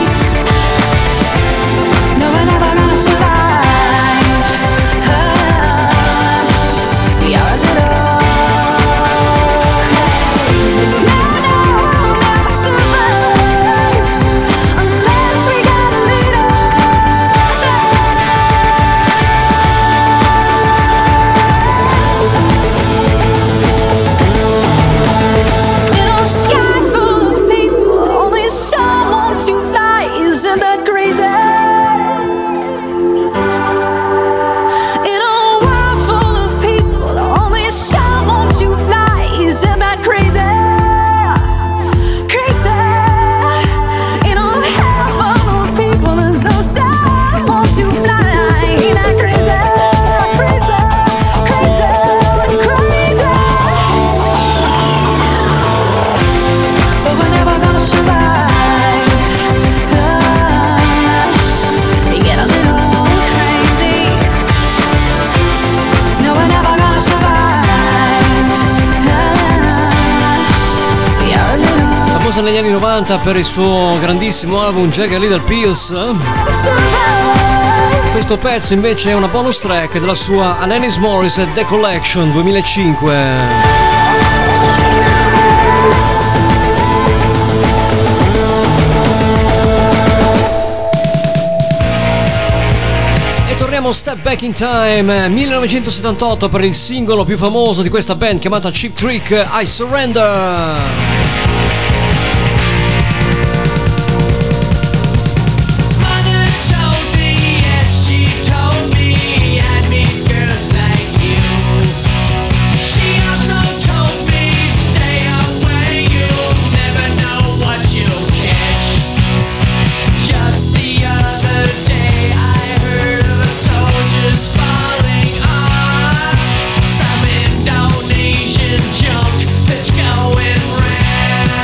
No, we're never gonna survive. Us, we are a little crazy. No, we'll never survive unless we got a little. In a sky full of people, only someone to fly. Isn't that crazy? In a world full of people, only someone to fly. Isn't that crazy? Crazy. In a hell full of people, there's no someone to fly. Ain't that crazy? Crazy, crazy, crazy. But we're never gonna survive. Us, we get a little crazy. No, we're never gonna survive. Us, we are a little. Famosa negli anni 90 per il suo grandissimo album Jagged Little Pills. Questo pezzo invece è una bonus track della sua Alanis Morissette The Collection 2005. E torniamo step back in time, 1978 per il singolo più famoso di questa band chiamata Cheap Trick, I Surrender. Mother told me, yes, she told me I'd meet girls like you. She also told me, stay away, you'll never know what you'll catch. Just the other day I heard of soldiers falling on some Indonesian junk that's going round.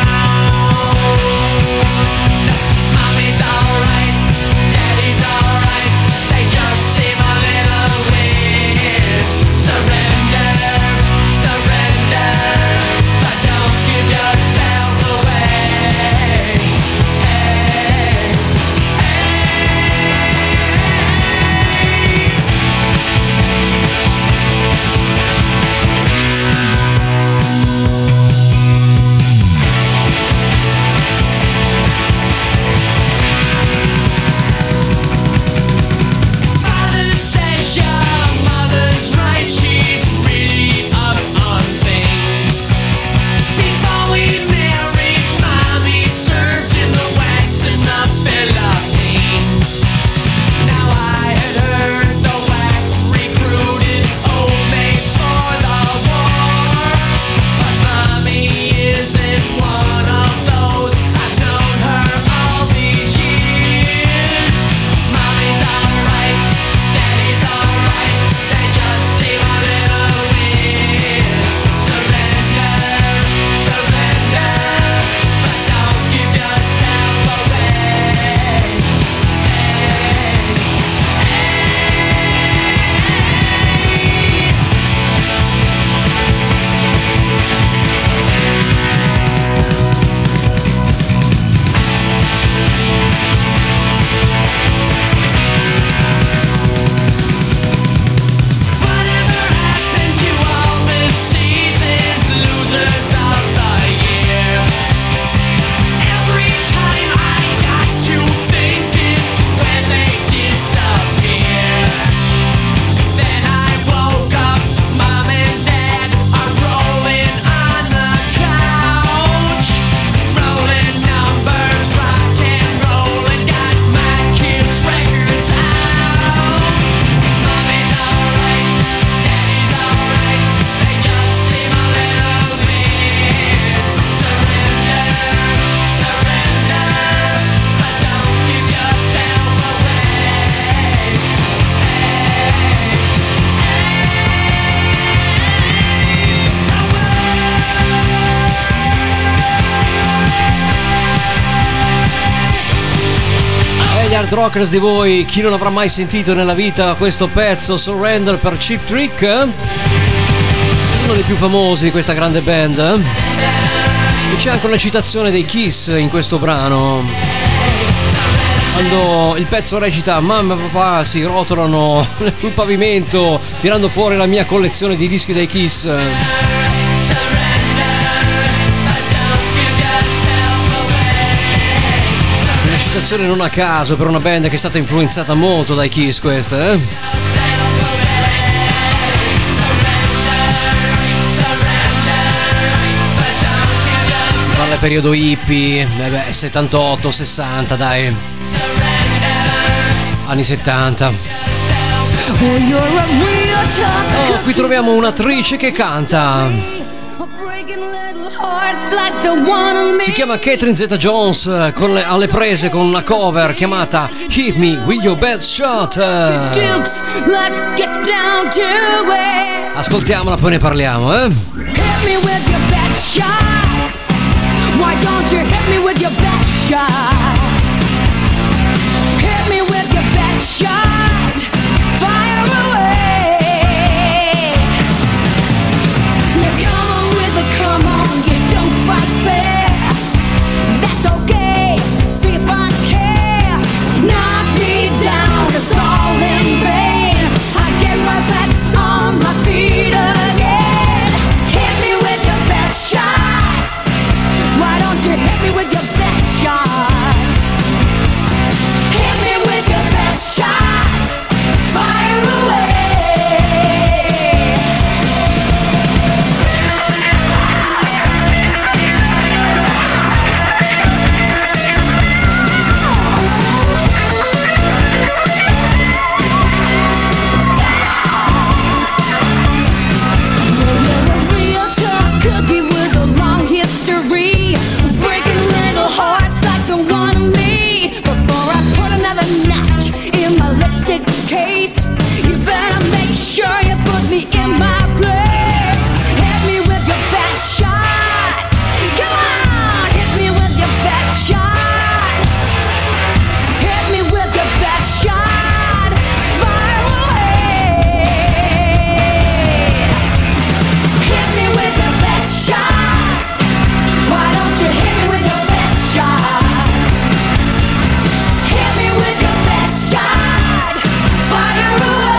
Gli hard rockers di voi, chi non avrà mai sentito nella vita questo pezzo Surrender per Cheap Trick? Uno dei più famosi di questa grande band. E c'è anche una citazione dei Kiss in questo brano, quando il pezzo recita: mamma e papà si rotolano sul pavimento tirando fuori la mia collezione di dischi dei Kiss. Citazione non a caso per una band che è stata influenzata molto dai Kiss, questa, Parla del periodo hippie, 78, 60, dai. Anni 70. Oh, qui troviamo un'attrice che canta. Si chiama Catherine Zeta-Jones, alle prese con una cover chiamata Hit Me With Your Best Shot. Ascoltiamola, poi ne parliamo, Hit me with your best shot. Why don't you hit me with your best shot? Hit me with your best shot. Fire away. You come on with it, come on. You don't fight fair. That's okay. See if I care. Knock me down, it's all in vain. I get right back on my feet again. Hit me with your best shot. Why don't you hit me with your best shot? Hit me with your best shot. Fire away. You're a real tough cookie with a long history, breaking little hearts like the one of me. Before I put another notch in my lipstick case, you better make sure you put me in my place. Hit me with your best shot. Come on, hit me with your best shot. Hit me with your best shot. Fire away. Hit me with your best shot. Why don't you hit me with your best shot? Hit me with your best shot. Fire away.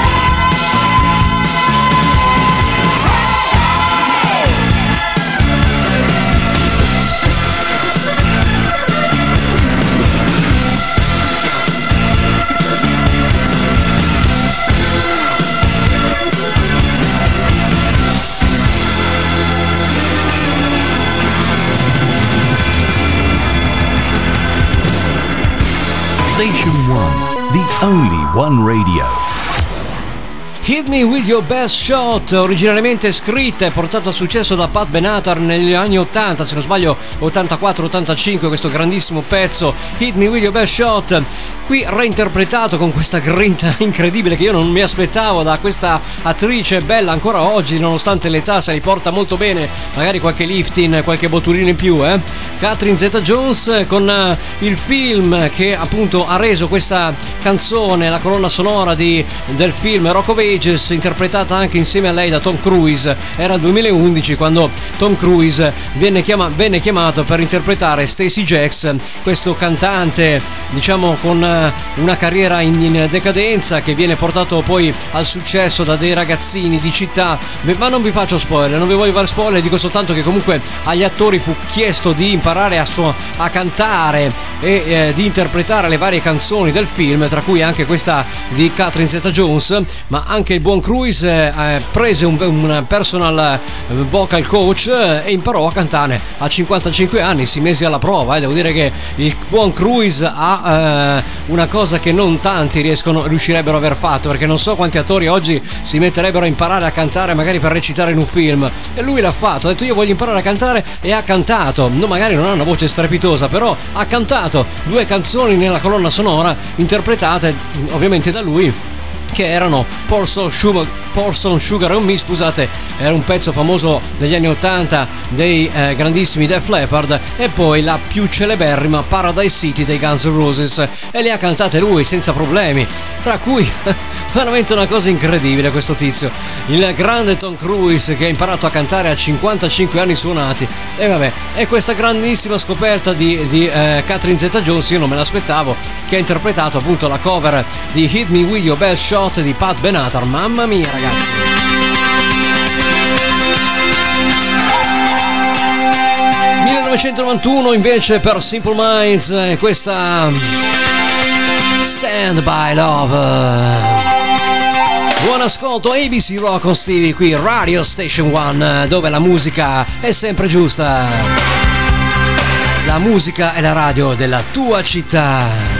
Station One, the only one radio. Hit Me With Your Best Shot, originariamente scritta e portata a successo da Pat Benatar negli anni 80, se non sbaglio 84-85, questo grandissimo pezzo Hit Me With Your Best Shot, qui reinterpretato con questa grinta incredibile che io non mi aspettavo da questa attrice bella ancora oggi, nonostante l'età se li porta molto bene, magari qualche lifting, qualche botturino in più, Catherine Zeta-Jones con il film che appunto ha reso questa canzone la colonna sonora del film Rock of Ages, interpretata anche insieme a lei da Tom Cruise. Era il 2011 quando Tom Cruise venne chiamato per interpretare Stacey Jacks, questo cantante diciamo con una carriera in decadenza che viene portato poi al successo da dei ragazzini di città. Ma non vi faccio spoiler, non vi voglio fare spoiler, dico soltanto che comunque agli attori fu chiesto di imparare a cantare e di interpretare le varie canzoni del film, tra cui anche questa di Catherine Zeta-Jones, ma anche il buon Cruise prese un personal vocal coach e imparò a cantare a 55 anni, si mise alla prova, devo dire che il buon Cruise ha una cosa che non tanti riuscirebbero a aver fatto, perché non so quanti attori oggi si metterebbero a imparare a cantare magari per recitare in un film, e lui l'ha fatto, ha detto io voglio imparare a cantare e ha cantato, magari non ha una voce strepitosa, però ha cantato 2 canzoni nella colonna sonora interpretate ovviamente da lui che erano Porson Sugar and Me, scusate, era un pezzo famoso degli anni 80 dei grandissimi Def Leppard, e poi la più celeberrima Paradise City dei Guns N' Roses, e le ha cantate lui senza problemi, tra cui veramente una cosa incredibile questo tizio, il grande Tom Cruise, che ha imparato a cantare a 55 anni suonati. E vabbè, e questa grandissima scoperta di Catherine Zeta-Jones, io non me l'aspettavo, che ha interpretato appunto la cover di Hit Me With Your Best Shot di Pat Benatar. Mamma mia, ragazzi. Nel 1991 invece per Simple Minds questa Stand By Love. Buon ascolto, ABC Rock con Stevie qui, Radio Station One, dove la musica è sempre giusta. La musica è la radio della tua città.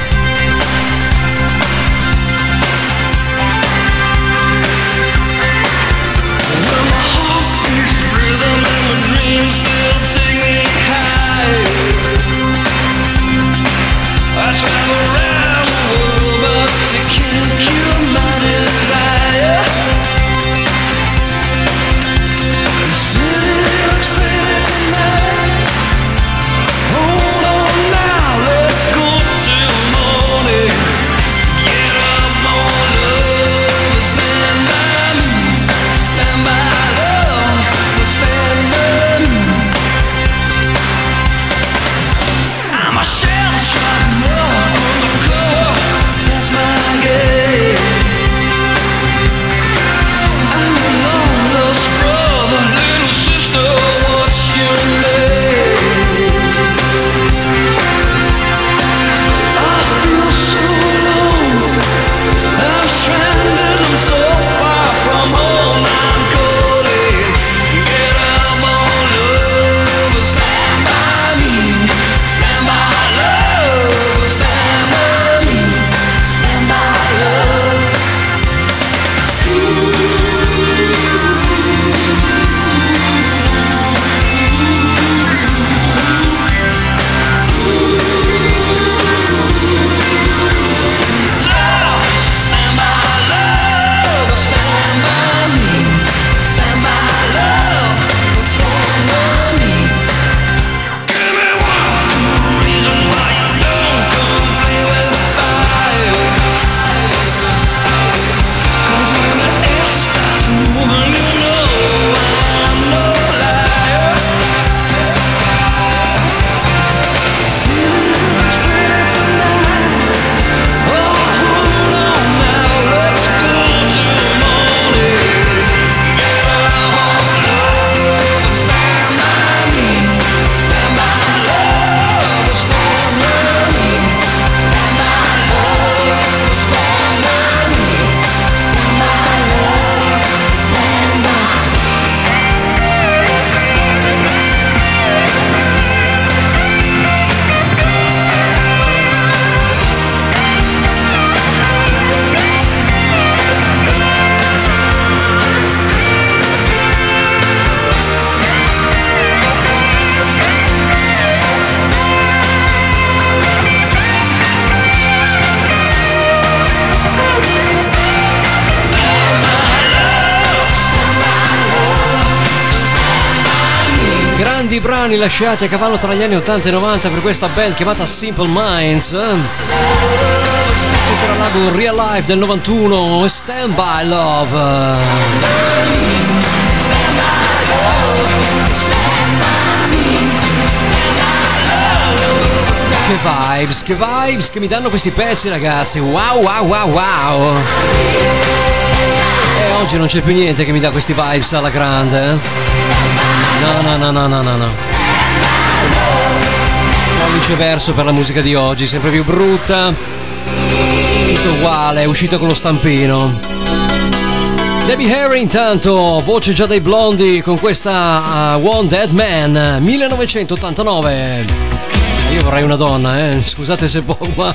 Grandi brani lasciati a cavallo tra gli anni 80 e 90 per questa band chiamata Simple Minds. Questo era l'album Real Life del 91, Stand By Love. Che vibes che mi danno questi pezzi, ragazzi. Wow, wow, wow, wow. E oggi non c'è più niente che mi dà questi vibes alla grande. No. Pollice verso per la musica di oggi, sempre più brutta. Tutto uguale, è uscito con lo stampino. Debbie Harry intanto, voce già dei Blondie con questa One Dead Man, 1989. Io vorrei una donna, scusate se poco, ma...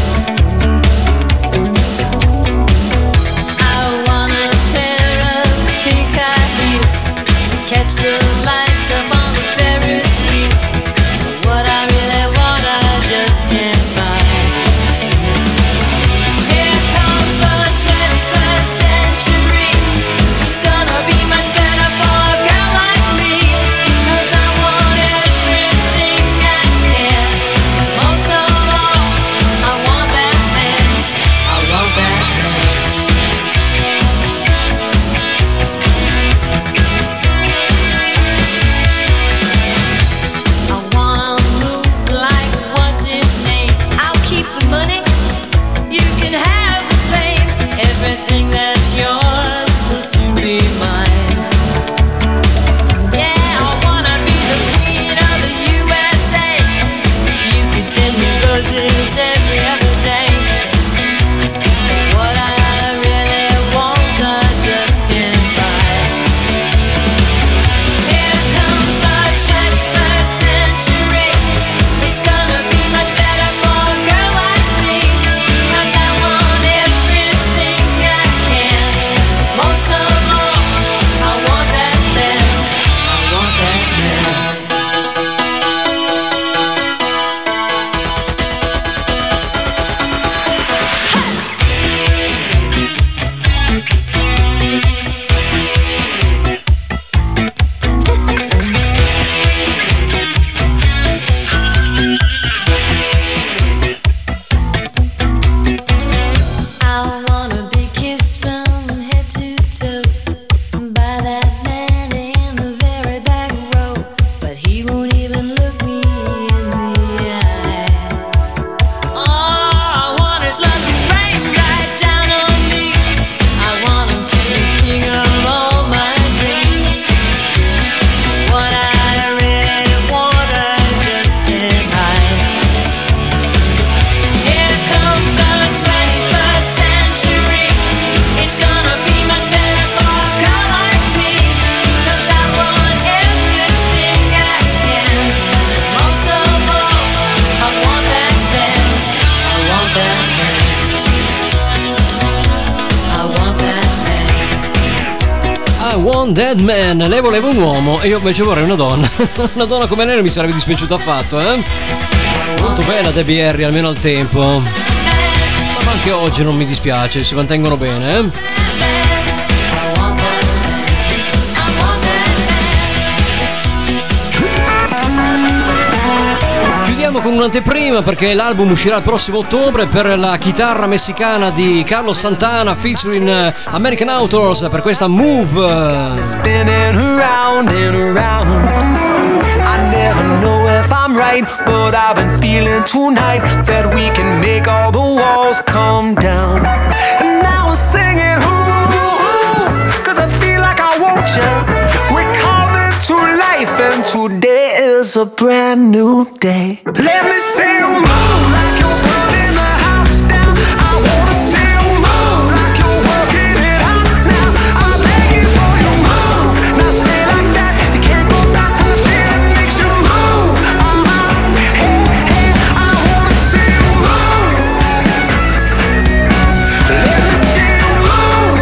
I want a pair of Want That Man, lei voleva un uomo e io invece vorrei una donna. Una donna come lei non mi sarebbe dispiaciuta affatto, eh? Molto bella Debbie Harry, almeno al tempo. Ma anche oggi non mi dispiace, si mantengono bene, eh? Con un'anteprima perché l'album uscirà il prossimo ottobre per la chitarra messicana di Carlos Santana featuring American Authors per questa Move. Spinning around and around. I never know if I'm right, but I've been feeling tonight that we can make all the walls come down. And now I'm singing ooh, 'cause I feel like I want you. We're coming to life and today is a brand new day. Let me see you move like you're burning the house down. I wanna see you move like you're working it out now. I'm begging for you move. Now stay like that. You can't go back to the feeling makes you move. Hey, hey, I wanna see you move. Let me see you move.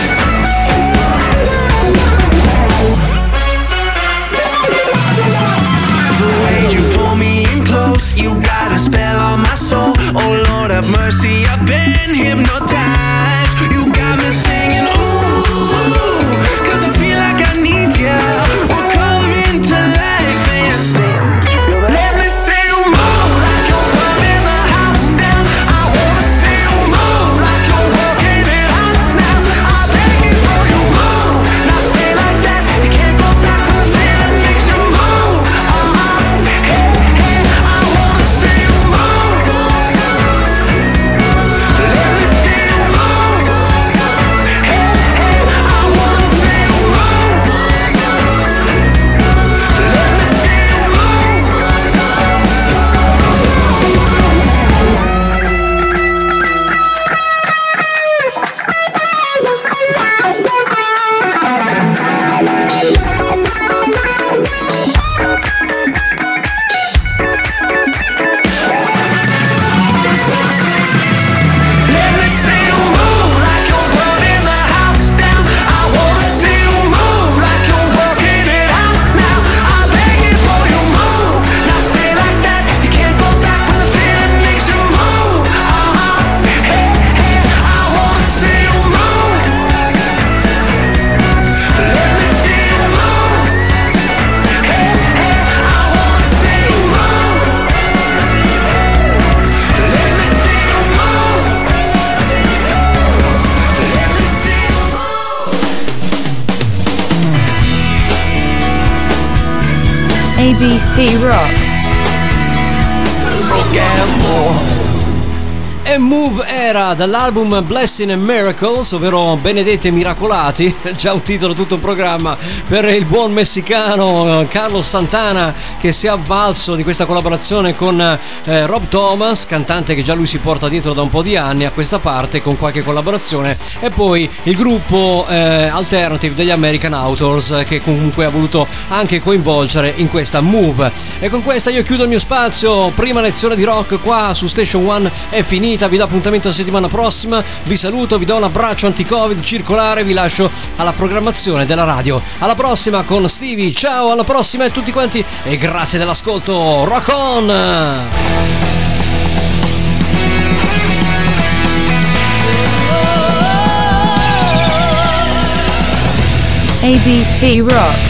The way you pull me in close, you got a spell on my soul. Oh Lord have mercy, I've been hypnotized. You got me singing ooh, 'cause I feel like I need you. We're coming to life and let me see you move like you're burning the house down. I wanna see you move like you're working it out now. I'm begging for you move. Now stay like that. You can't go back to the feeling makes you move. Hey, hey, I wanna see you move. Let me see you move. Hey, hey, I wanna see you move. Let me see you move. Let me see you move like you're burning the house down. I wanna see you move like you're working it out now. I'm begging for you move. Now stay like that. You can't go back when the feeling makes you move. Hey, hey, I wanna see you move. Let me see you move. Hey, hey, I wanna see you move. Let me see you move. Let me see you move. ABC Rock. E Move era dall'album Blessing and Miracles, ovvero Benedetti e Miracolati, già un titolo, tutto un programma per il buon messicano Carlos Santana, che si è avvalso di questa collaborazione con Rob Thomas, cantante che già lui si porta dietro da un po' di anni a questa parte, con qualche collaborazione, e poi il gruppo alternative degli American Authors, che comunque ha voluto anche coinvolgere in questa Move. E con questa io chiudo il mio spazio, prima lezione di rock qua su Station One è finita. Vi do appuntamento la settimana prossima, vi saluto, vi do un abbraccio anti-covid circolare, vi lascio alla programmazione della radio. Alla prossima con Stevie, ciao, alla prossima a tutti quanti e grazie dell'ascolto, rock on! ABC Rock.